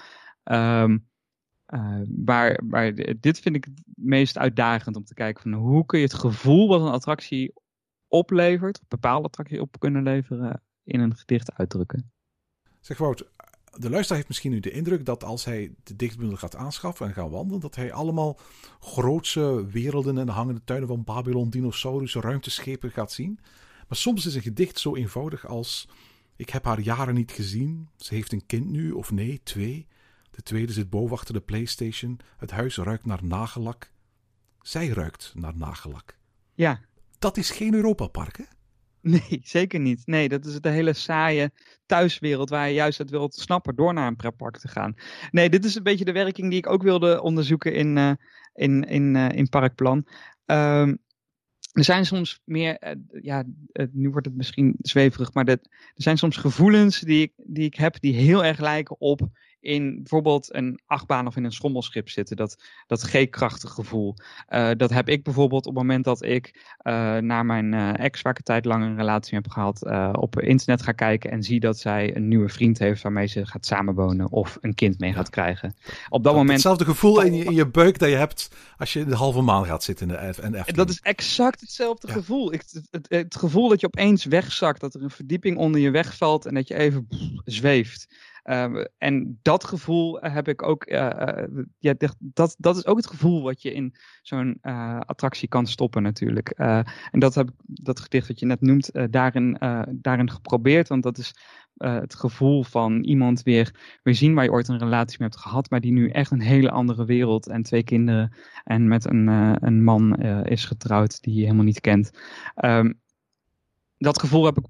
Um, uh, maar, maar dit vind ik het meest uitdagend om te kijken van hoe kun je het gevoel wat een attractie oplevert, een bepaalde attractie op kunnen leveren, in een gedicht uitdrukken. Zeg Wout, de luisteraar heeft misschien nu de indruk dat als hij de dichtbundel gaat aanschaffen en gaat wandelen, dat hij allemaal grootse werelden en hangende tuinen van Babylon, dinosaurussen, ruimteschepen gaat zien. Maar soms is een gedicht zo eenvoudig als: ik heb haar jaren niet gezien, ze heeft een kind nu, of nee, twee. De tweede zit boven achter de PlayStation, het huis ruikt naar nagellak. Zij ruikt naar nagellak. Ja. Dat is geen Europapark, hè? Nee, zeker niet. Nee, dat is de hele saaie thuiswereld waar je juist uit wilt snappen door naar een pretpark te gaan. Nee, dit is een beetje de werking die ik ook wilde onderzoeken in, uh, in, in, uh, in Parkplan. Um, er zijn soms meer, uh, ja, uh, nu wordt het misschien zweverig, maar dat, er zijn soms gevoelens die ik, die ik heb die heel erg lijken op in bijvoorbeeld een achtbaan of in een schommelschip zitten. Dat, dat G-krachtig gevoel. Uh, dat heb ik bijvoorbeeld op het moment dat ik uh, naar mijn uh, ex, waar ik een tijd lang een relatie heb gehad, uh, op internet ga kijken en zie dat zij een nieuwe vriend heeft waarmee ze gaat samenwonen of een kind mee gaat krijgen. Op dat, dat moment. Hetzelfde gevoel in je, in je buik dat je hebt als je in de halve maan gaat zitten in de Efteling. Dat is exact hetzelfde ja. gevoel. Ik, het, het, het gevoel dat je opeens wegzakt, dat er een verdieping onder je wegvalt en dat je even pff, zweeft. Uh, en dat gevoel heb ik ook, uh, uh, ja, dat, dat is ook het gevoel wat je in zo'n uh, attractie kan stoppen natuurlijk. Uh, en dat heb ik, dat gedicht wat je net noemt, uh, daarin, uh, daarin geprobeerd. Want dat is uh, het gevoel van iemand weer, weer zien waar je ooit een relatie mee hebt gehad, maar die nu echt een hele andere wereld en twee kinderen en met een, uh, een man uh, is getrouwd die je helemaal niet kent. Um, dat gevoel heb ik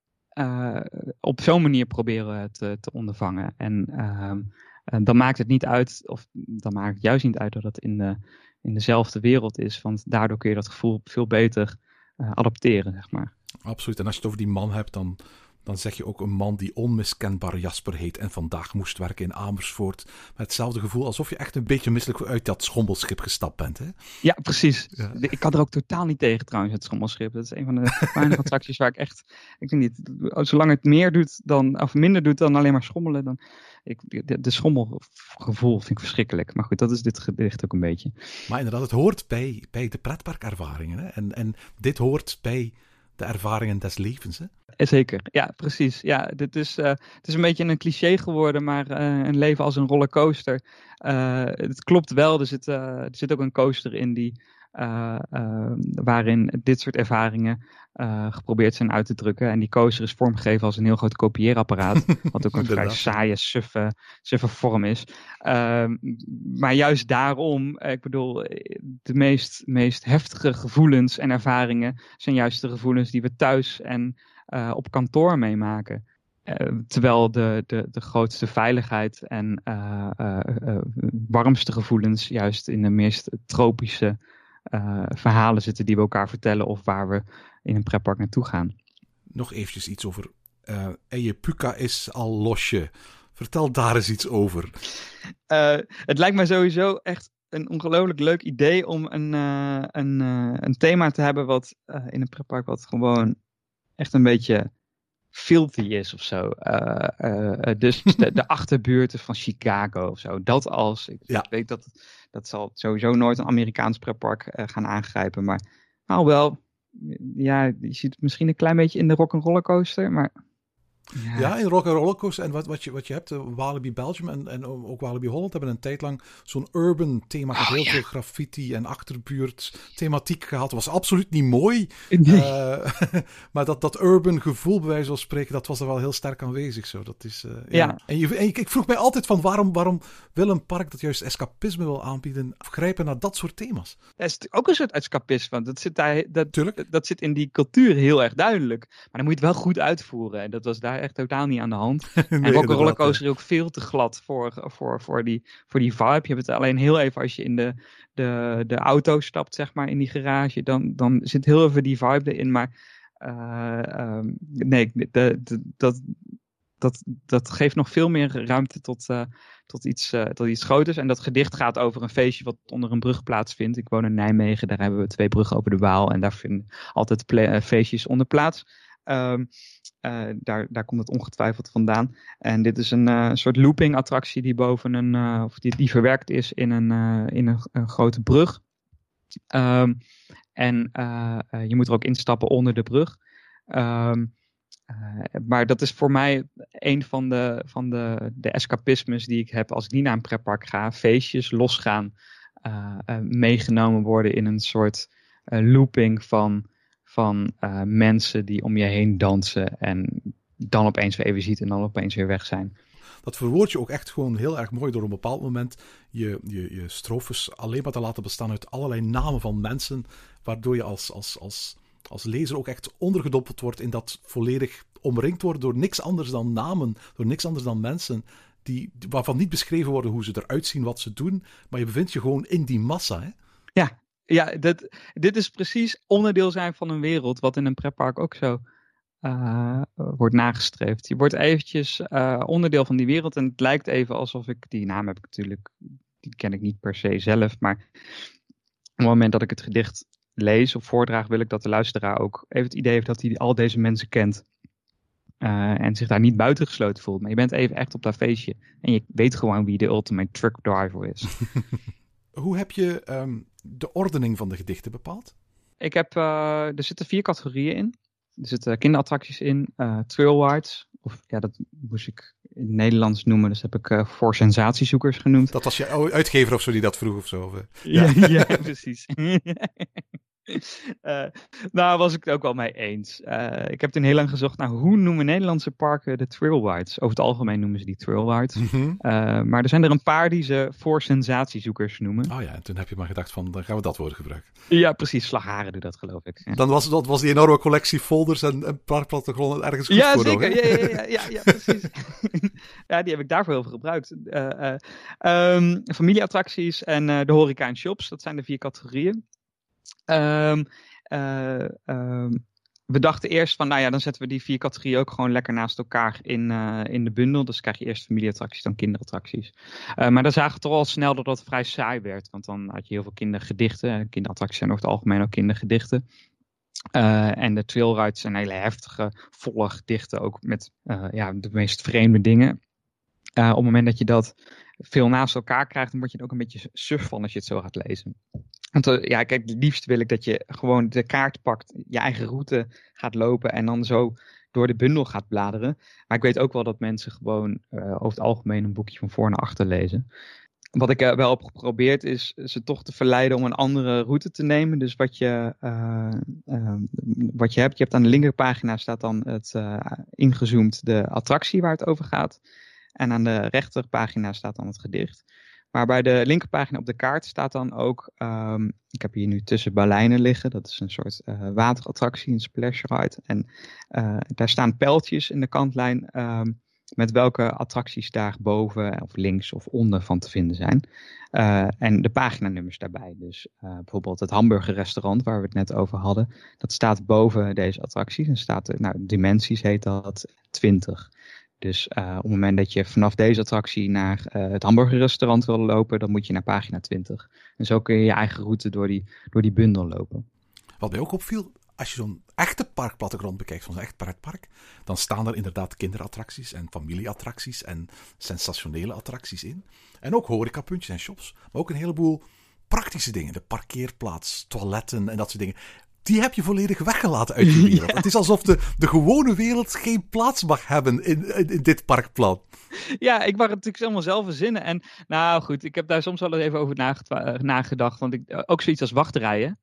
Uh, op zo'n manier proberen te, te ondervangen. En uh, uh, dan maakt het niet uit, of dan maakt het juist niet uit dat het in, de, in dezelfde wereld is. Want daardoor kun je dat gevoel veel beter uh, adapteren, zeg maar. Absoluut. En als je het over die man hebt, dan, dan zeg je ook een man die onmiskenbaar Jasper heet en vandaag moest werken in Amersfoort. Met hetzelfde gevoel alsof je echt een beetje misselijk uit dat schommelschip gestapt bent. Hè? Ja, precies. Ja. Ik kan er ook totaal niet tegen trouwens, het schommelschip. Dat is een van de weinige attracties waar ik echt, ik weet niet, zolang het meer doet dan, of minder doet dan alleen maar schommelen, dan, ik, de, de schommelgevoel vind ik verschrikkelijk. Maar goed, dat is dit gedicht ook een beetje. Maar inderdaad, het hoort bij, bij de pretparkervaringen. Hè? En, en dit hoort bij de ervaringen des levens, hè? Zeker, ja, precies. Ja, dit is, uh, het is een beetje een cliché geworden, maar uh, een leven als een rollercoaster. Uh, het klopt wel, er zit, uh, er zit ook een coaster in die, uh, uh, waarin dit soort ervaringen uh, geprobeerd zijn uit te drukken. En die coaster is vormgegeven als een heel groot kopieerapparaat, wat ook een vrij saaie, suffe, suffe vorm is. Uh, maar juist daarom, ik bedoel, de meest, meest heftige gevoelens en ervaringen zijn juist de gevoelens die we thuis en Uh, op kantoor meemaken. Uh, terwijl de, de, de grootste veiligheid en uh, uh, uh, warmste gevoelens juist in de meest tropische uh, verhalen zitten die we elkaar vertellen of waar we in een pretpark naartoe gaan. Nog eventjes iets over uh, Eyepuka is al losje. Vertel daar eens iets over. Uh, het lijkt mij sowieso echt een ongelooflijk leuk idee om een, uh, een, uh, een thema te hebben wat uh, in een pretpark wat gewoon echt een beetje filthy is of zo. Uh, uh, dus de, de achterbuurten van Chicago of zo. Dat als, ik, Ja. ik weet dat, dat zal sowieso nooit een Amerikaans pretpark uh, gaan aangrijpen, maar nou wel, ja, je ziet het misschien een klein beetje in de Rock'n'Roller Coaster, maar... Ja, ja in Rock 'n' Roller Coaster. En wat, wat, je, wat je hebt, uh, Walibi Belgium en, en ook Walibi Holland hebben een tijd lang zo'n urban thema met oh, heel ja. veel graffiti en achterbuurt thematiek gehad. Dat was absoluut niet mooi. Nee. Uh, maar dat, dat urban gevoel, bij wijze van spreken, dat was er wel heel sterk aanwezig. Zo. Dat is, uh, ja. Ja. En, je, en ik, ik vroeg mij altijd van waarom, waarom wil een park dat juist escapisme wil aanbieden, grijpen naar dat soort thema's? Dat is ook een soort escapisme, want dat zit, daar, dat, Tuurlijk. dat zit in die cultuur heel erg duidelijk. Maar dan moet je het wel goed uitvoeren. En dat was daar echt totaal niet aan de hand. Nee, en Rock 'n' Roller inderdaad, Coaster is ook veel te glad voor, voor, voor, die, voor die vibe. Je hebt het alleen heel even als je in de, de, de auto stapt, zeg maar, in die garage. Dan, dan zit heel even die vibe erin. Maar uh, um, nee, de, de, dat, dat, dat geeft nog veel meer ruimte tot... Uh, Tot iets, uh, tot iets groters. En dat gedicht gaat over een feestje wat onder een brug plaatsvindt. Ik woon in Nijmegen, daar hebben we twee bruggen over de Waal. En daar vinden altijd ple- uh, feestjes onder plaats. Um, uh, daar, daar komt het ongetwijfeld vandaan. En dit is een uh, soort looping attractie die boven een, uh, of die, die verwerkt is in een, uh, in een, een grote brug. Um, en uh, uh, je moet er ook instappen onder de brug. Um, Uh, maar dat is voor mij een van de, van de, de escapismes die ik heb als ik niet naar een pretpark ga. Feestjes, losgaan, uh, uh, meegenomen worden in een soort uh, looping van, van uh, mensen die om je heen dansen en dan opeens weer even ziet en dan opeens weer weg zijn. Dat verwoord je ook echt gewoon heel erg mooi door op een bepaald moment je, je, je strofes alleen maar te laten bestaan uit allerlei namen van mensen, waardoor je als, als, als, als lezer ook echt ondergedompeld wordt in dat volledig omringd worden door niks anders dan namen, door niks anders dan mensen, die, waarvan niet beschreven worden hoe ze eruit zien, wat ze doen, maar je bevindt je gewoon in die massa. Hè? Ja, ja dat, dit is precies onderdeel zijn van een wereld, wat in een pretpark ook zo uh, wordt nagestreefd. Je wordt eventjes uh, onderdeel van die wereld en het lijkt even alsof ik, die naam heb ik natuurlijk, die ken ik niet per se zelf, maar op het moment dat ik het gedicht lees of voordraag, wil ik dat de luisteraar ook even het idee heeft dat hij al deze mensen kent. Uh, en zich daar niet buitengesloten voelt. Maar je bent even echt op dat feestje. En je weet gewoon wie de ultimate truck driver is. Hoe heb je um, de ordening van de gedichten bepaald? Ik heb, uh, er zitten vier categorieën in. Er zitten kinderattracties in. Uh, trailrides. Of ja, dat moest ik in het Nederlands noemen. Dus heb ik uh, voor sensatiezoekers genoemd. Dat was je uitgever of zo die dat vroeg of zo? Of, uh, ja, ja. ja, precies. Uh, nou, was ik het ook wel mee eens. Uh, ik heb toen heel lang gezocht naar hoe noemen Nederlandse parken de trailrides. Over het algemeen noemen ze die trailrides. Mm-hmm. Uh, maar er zijn er een paar die ze voor sensatiezoekers noemen. Oh ja, en toen heb je maar gedacht van, dan gaan we dat woord gebruiken. Ja, precies. Slagharen doet dat, geloof ik. Ja. Dan was, dat was die enorme collectie folders en, en parkplattegronden ergens goed ja, voor. Zeker. Nog, ja, ja, ja, ja, ja, precies. Ja, die heb ik daarvoor heel veel gebruikt. Uh, uh, um, familieattracties en uh, de horeca en shops. Dat zijn de vier categorieën. Um, uh, um, we dachten eerst van, nou ja, dan zetten we die vier categorieën ook gewoon lekker naast elkaar in, uh, in de bundel. Dus krijg je eerst familieattracties, dan kinderattracties. Uh, maar dan zagen we toch al snel dat dat vrij saai werd. Want dan had je heel veel kindergedichten. Kinderattracties zijn over het algemeen ook kindergedichten. Uh, en de trailrides zijn hele heftige, volle gedichten. Ook met uh, ja, de meest vreemde dingen. Uh, op het moment dat je dat veel naast elkaar krijgt, dan word je er ook een beetje suf van als je het zo gaat lezen. Want uh, ja, kijk, het liefst wil ik dat je gewoon de kaart pakt, je eigen route gaat lopen en dan zo door de bundel gaat bladeren. Maar ik weet ook wel dat mensen gewoon uh, over het algemeen een boekje van voor naar achter lezen. Wat ik uh, wel heb geprobeerd is ze toch te verleiden om een andere route te nemen. Dus wat je, uh, uh, wat je hebt, je hebt aan de linkerpagina staat dan het uh, ingezoomd de attractie waar het over gaat. En aan de rechterpagina staat dan het gedicht. Maar bij de linkerpagina op de kaart staat dan ook, um, ik heb hier nu tussen Berlijnen liggen. Dat is een soort uh, waterattractie, een splash ride. En uh, daar staan pijltjes in de kantlijn um, met welke attracties daar boven of links of onder van te vinden zijn. Uh, en de paginanummers daarbij. Dus uh, bijvoorbeeld het hamburgerrestaurant waar we het net over hadden. Dat staat boven deze attracties. En staat er, nou, dimensies heet dat, twintig. Dus uh, op het moment dat je vanaf deze attractie naar uh, het hamburgerrestaurant wil lopen, dan moet je naar pagina twintig. En zo kun je je eigen route door die, door die bundel lopen. Wat mij ook opviel, als je zo'n echte parkplattegrond bekijkt, zo'n echt pretpark, dan staan er inderdaad kinderattracties en familieattracties en sensationele attracties in. En ook horecapuntjes en shops, maar ook een heleboel praktische dingen. De parkeerplaats, toiletten en dat soort dingen. Die heb je volledig weggelaten uit je wereld. Ja. Het is alsof de, de gewone wereld geen plaats mag hebben in, in, in dit parkplan. Ja, ik mag het natuurlijk allemaal zelf verzinnen. En nou goed, ik heb daar soms wel even over nage- nagedacht. Want ik, ook zoiets als wachtrijen.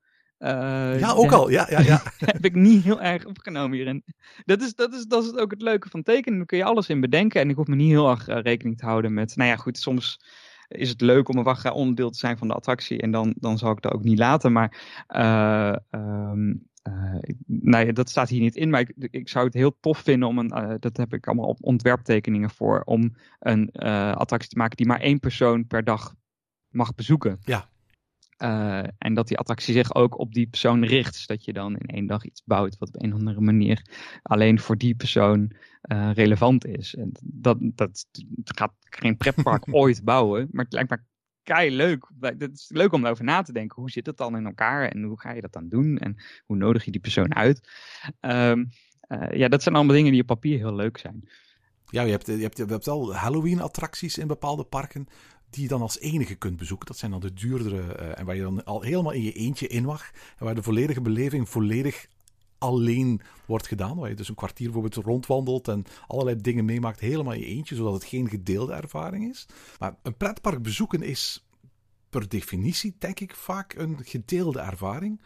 Uh, ja, ook al. Ja, ja, ja. heb ik niet heel erg opgenomen hierin. Dat is, dat, is, dat is ook het leuke van tekenen. Daar kun je alles in bedenken. En ik hoef me niet heel erg uh, rekening te houden met... Nou ja, goed, soms... is het leuk om een wachtrij onderdeel te zijn van de attractie. En dan, dan zal ik dat ook niet laten. Maar uh, um, uh, nou ja, dat staat hier niet in. Maar ik, ik zou het heel tof vinden om een... Uh, dat heb ik allemaal op ontwerptekeningen voor. Om een uh, attractie te maken die maar één persoon per dag mag bezoeken. Ja. Uh, en dat die attractie zich ook op die persoon richt. Dus dat je dan in één dag iets bouwt wat op een of andere manier alleen voor die persoon uh, relevant is. En dat, dat gaat geen pretpark ooit bouwen, maar het lijkt me kei leuk. Het is leuk om erover na te denken. Hoe zit het dan in elkaar en hoe ga je dat dan doen en hoe nodig je die persoon uit? Um, uh, ja, dat zijn allemaal dingen die op papier heel leuk zijn. Ja, je hebt, je hebt, je hebt wel Halloween-attracties in bepaalde parken die je dan als enige kunt bezoeken. Dat zijn dan de duurdere uh, en waar je dan al helemaal in je eentje in mag. En waar de volledige beleving volledig alleen wordt gedaan. Waar je dus een kwartier bijvoorbeeld rondwandelt en allerlei dingen meemaakt helemaal in je eentje, zodat het geen gedeelde ervaring is. Maar een pretpark bezoeken is per definitie, denk ik, vaak een gedeelde ervaring.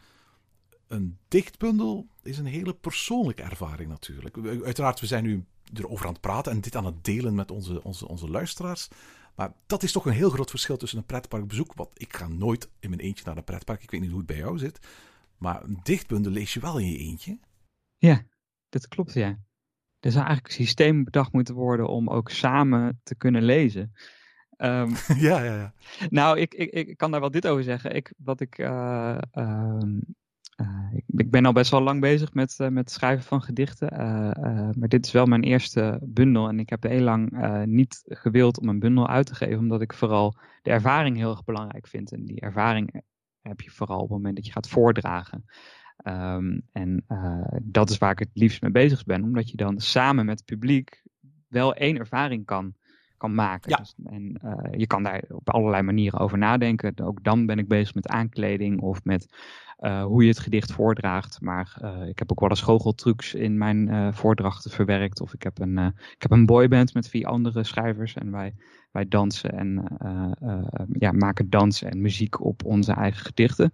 Een dichtbundel is een hele persoonlijke ervaring natuurlijk. Uiteraard, we zijn nu erover aan het praten en dit aan het delen met onze, onze, onze luisteraars. Maar dat is toch een heel groot verschil tussen een pretparkbezoek. Want ik ga nooit in mijn eentje naar een pretpark. Ik weet niet hoe het bij jou zit. Maar een dichtbundel lees je wel in je eentje. Ja, dat klopt, ja. Er zou eigenlijk een systeem bedacht moeten worden om ook samen te kunnen lezen. Um, ja, ja, ja. Nou, ik, ik, ik kan daar wel dit over zeggen. Ik, wat ik, uh, um, uh, ik, ik ben al best wel lang bezig met, uh, met het schrijven van gedichten. Uh, uh, maar dit is wel mijn eerste bundel. En ik heb heel lang uh, niet gewild om een bundel uit te geven. Omdat ik vooral de ervaring heel erg belangrijk vind. En die ervaring heb je vooral op het moment dat je gaat voordragen. Um, en uh, dat is waar ik het liefst mee bezig ben. Omdat je dan samen met het publiek wel één ervaring kan, kan maken. Ja. Dus, en uh, je kan daar op allerlei manieren over nadenken. Ook dan ben ik bezig met aankleding of met uh, hoe je het gedicht voordraagt. Maar uh, ik heb ook wel eens goocheltrucs in mijn uh, voordrachten verwerkt. Of ik heb een, uh, ik heb een boyband met vier andere schrijvers. En wij, wij dansen en uh, uh, ja, maken dansen en muziek op onze eigen gedichten.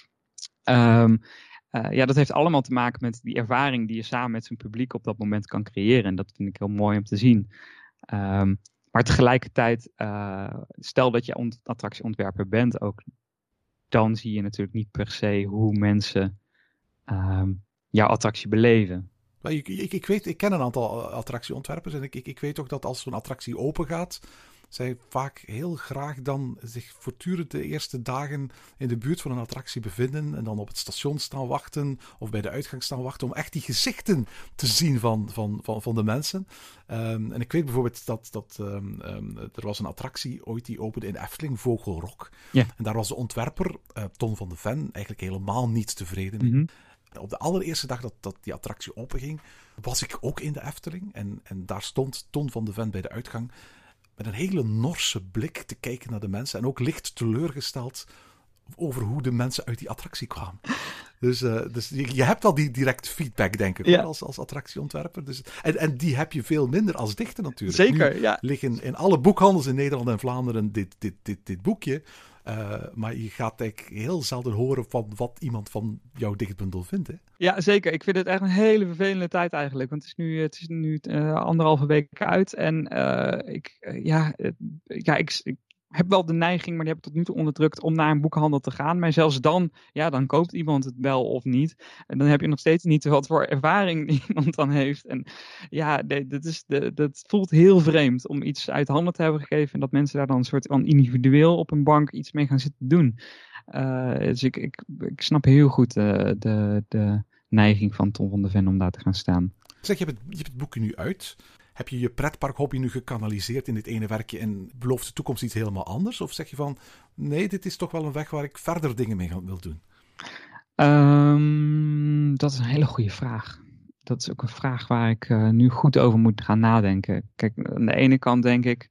Um, Uh, ja, dat heeft allemaal te maken met die ervaring die je samen met zijn publiek op dat moment kan creëren. En dat vind ik heel mooi om te zien. Um, maar tegelijkertijd, uh, stel dat je ont- attractieontwerper bent ook, dan zie je natuurlijk niet per se hoe mensen um, jouw attractie beleven. Ik, ik, ik weet, ik ken een aantal attractieontwerpers en ik, ik, ik weet ook dat als zo'n attractie open gaat, zij vaak heel graag dan zich voortdurend de eerste dagen in de buurt van een attractie bevinden en dan op het station staan wachten of bij de uitgang staan wachten om echt die gezichten te zien van, van, van, van de mensen. Um, en ik weet bijvoorbeeld dat, dat um, um, er was een attractie ooit die opende in Efteling, Vogelrok. Ja. En daar was de ontwerper, uh, Ton van de Ven, eigenlijk helemaal niet tevreden mee. Mm-hmm. Op de allereerste dag dat, dat die attractie openging, was ik ook in de Efteling. En, en daar stond Ton van de Ven bij de uitgang met een hele norse blik te kijken naar de mensen. En ook licht teleurgesteld over hoe de mensen uit die attractie kwamen. Dus, uh, dus je, je hebt wel die direct feedback, denk ik, ja. hoor, als, als attractieontwerper. Dus, en, en die heb je veel minder als dichter natuurlijk. Zeker, nu ja. liggen in alle boekhandels in Nederland en Vlaanderen dit, dit, dit, dit boekje. Uh, maar je gaat eigenlijk heel zelden horen van wat iemand van jouw dichtbundel vindt. Hè? Ja, zeker. Ik vind het echt een hele vervelende tijd eigenlijk. Want het is nu, het is nu uh, anderhalve week uit. En uh, ik, uh, ja, uh, ja ik, ik heb wel de neiging, maar die heb ik tot nu toe onderdrukt, om naar een boekhandel te gaan. Maar zelfs dan, ja, dan koopt iemand het wel of niet. En dan heb je nog steeds niet wat voor ervaring iemand dan heeft. En ja, nee, dat, is de, dat voelt heel vreemd om iets uit handen te hebben gegeven en dat mensen daar dan een soort van individueel op een bank iets mee gaan zitten doen. Uh, dus ik, ik, ik snap heel goed uh, de, de neiging van Ton van de Ven om daar te gaan staan. Zeg, je hebt het, je hebt het boekje nu uit. heb je je pretparkhobby nu gekanaliseerd in dit ene werkje en belooft de toekomst iets helemaal anders? Of zeg je van, nee, dit is toch wel een weg waar ik verder dingen mee wil doen? Um, dat is een hele goede vraag. Dat is ook een vraag waar ik uh, nu goed over moet gaan nadenken. Kijk, aan de ene kant denk ik,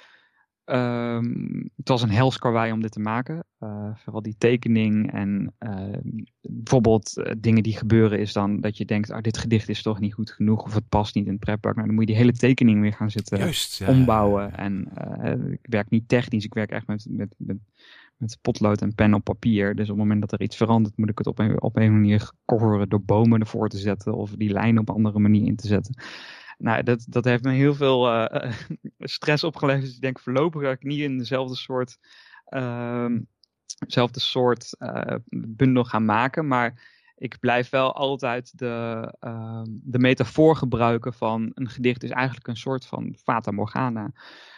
um, het was een hels karwei om dit te maken. Uh, vooral die tekening en uh, bijvoorbeeld uh, dingen die gebeuren is dan dat je denkt, oh, dit gedicht is toch niet goed genoeg of het past niet in het pretpark. Nou, dan moet je die hele tekening weer gaan zitten Juist, ja, ombouwen. ja, ja. En uh, ik werk niet technisch, ik werk echt met, met, met, met potlood en pen op papier. Dus op het moment dat er iets verandert, moet ik het op een, op een manier coveren door bomen ervoor te zetten of die lijn op een andere manier in te zetten. Nou, dat, dat heeft me heel veel uh, stress opgeleverd. Dus ik denk voorlopig ga ik niet in dezelfde soort, uh, dezelfde soort uh, bundel gaan maken. Maar ik blijf wel altijd de, uh, de metafoor gebruiken van een gedicht is eigenlijk een soort van Fata Morgana.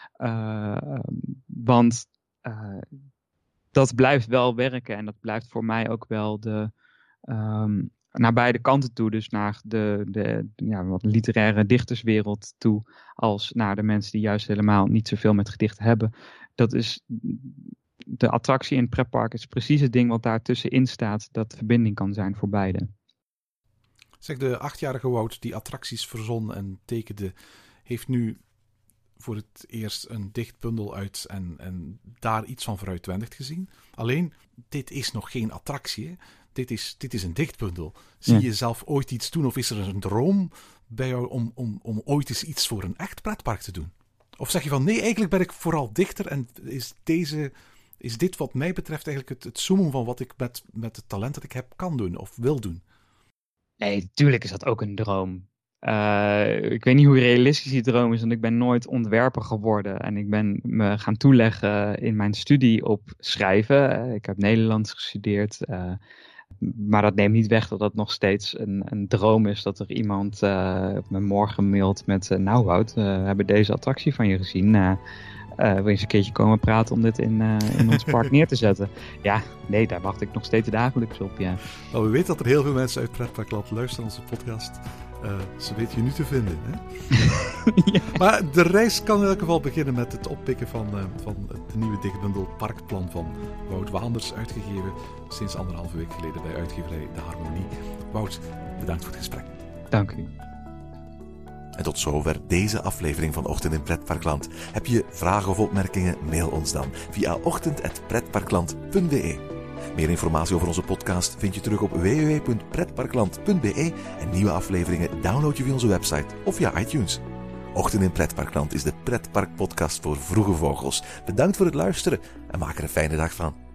Uh, want uh, dat blijft wel werken en dat blijft voor mij ook wel de... Um, naar beide kanten toe, dus naar de, de ja, wat literaire dichterswereld toe, als naar de mensen die juist helemaal niet zoveel met gedichten hebben. Dat is de attractie in het pretpark is precies het ding wat daar tussenin staat, dat de verbinding kan zijn voor beide. Zeg, de achtjarige Wout die attracties verzon en tekende, heeft nu voor het eerst een dichtbundel uit en, en daar iets van vooruitwendig gezien. Alleen, dit is nog geen attractie, hè? Dit is, dit is een dichtbundel. Zie ja. je zelf ooit iets doen of is er een droom bij jou om, om, om ooit eens iets voor een echt pretpark te doen? Of zeg je van nee, eigenlijk ben ik vooral dichter en is, deze, is dit wat mij betreft eigenlijk het, het zoomen van wat ik met, met het talent dat ik heb kan doen of wil doen? Nee, natuurlijk is dat ook een droom. Uh, ik weet niet hoe realistisch die droom is, want ik ben nooit ontwerper geworden. En ik ben me gaan toeleggen in mijn studie op schrijven. Uh, ik heb Nederlands gestudeerd. Uh, Maar dat neemt niet weg dat dat nog steeds een, een droom is. Dat er iemand uh, me morgen mailt met... Uh, nou Wout, uh, we hebben deze attractie van je gezien. Uh, uh, wil je eens een keertje komen praten om dit in, uh, in ons park neer te zetten? Ja, nee, daar wacht ik nog steeds dagelijks op, ja. Nou, we weten dat er heel veel mensen uit Pretparkland luisteren naar onze podcast. Uh, ze weten je nu te vinden, hè? Ja. Maar de reis kan in elk geval beginnen met het oppikken van, uh, van de nieuwe dichtbundel Parkplan van Wout Waanders, uitgegeven sinds anderhalve week geleden bij uitgeverij De Harmonie. Wout, bedankt voor het gesprek. Dank u. En tot zover deze aflevering van Ochtend in Pretparkland. Heb je vragen of opmerkingen? Mail ons dan via ochtend apenstaartje pretparkland punt b e. Meer informatie over onze podcast vind je terug op w w w punt pretparkland punt b e en nieuwe afleveringen download je via onze website of via iTunes. Ochtend in Pretparkland is de pretparkpodcast voor vroege vogels. Bedankt voor het luisteren en maak er een fijne dag van.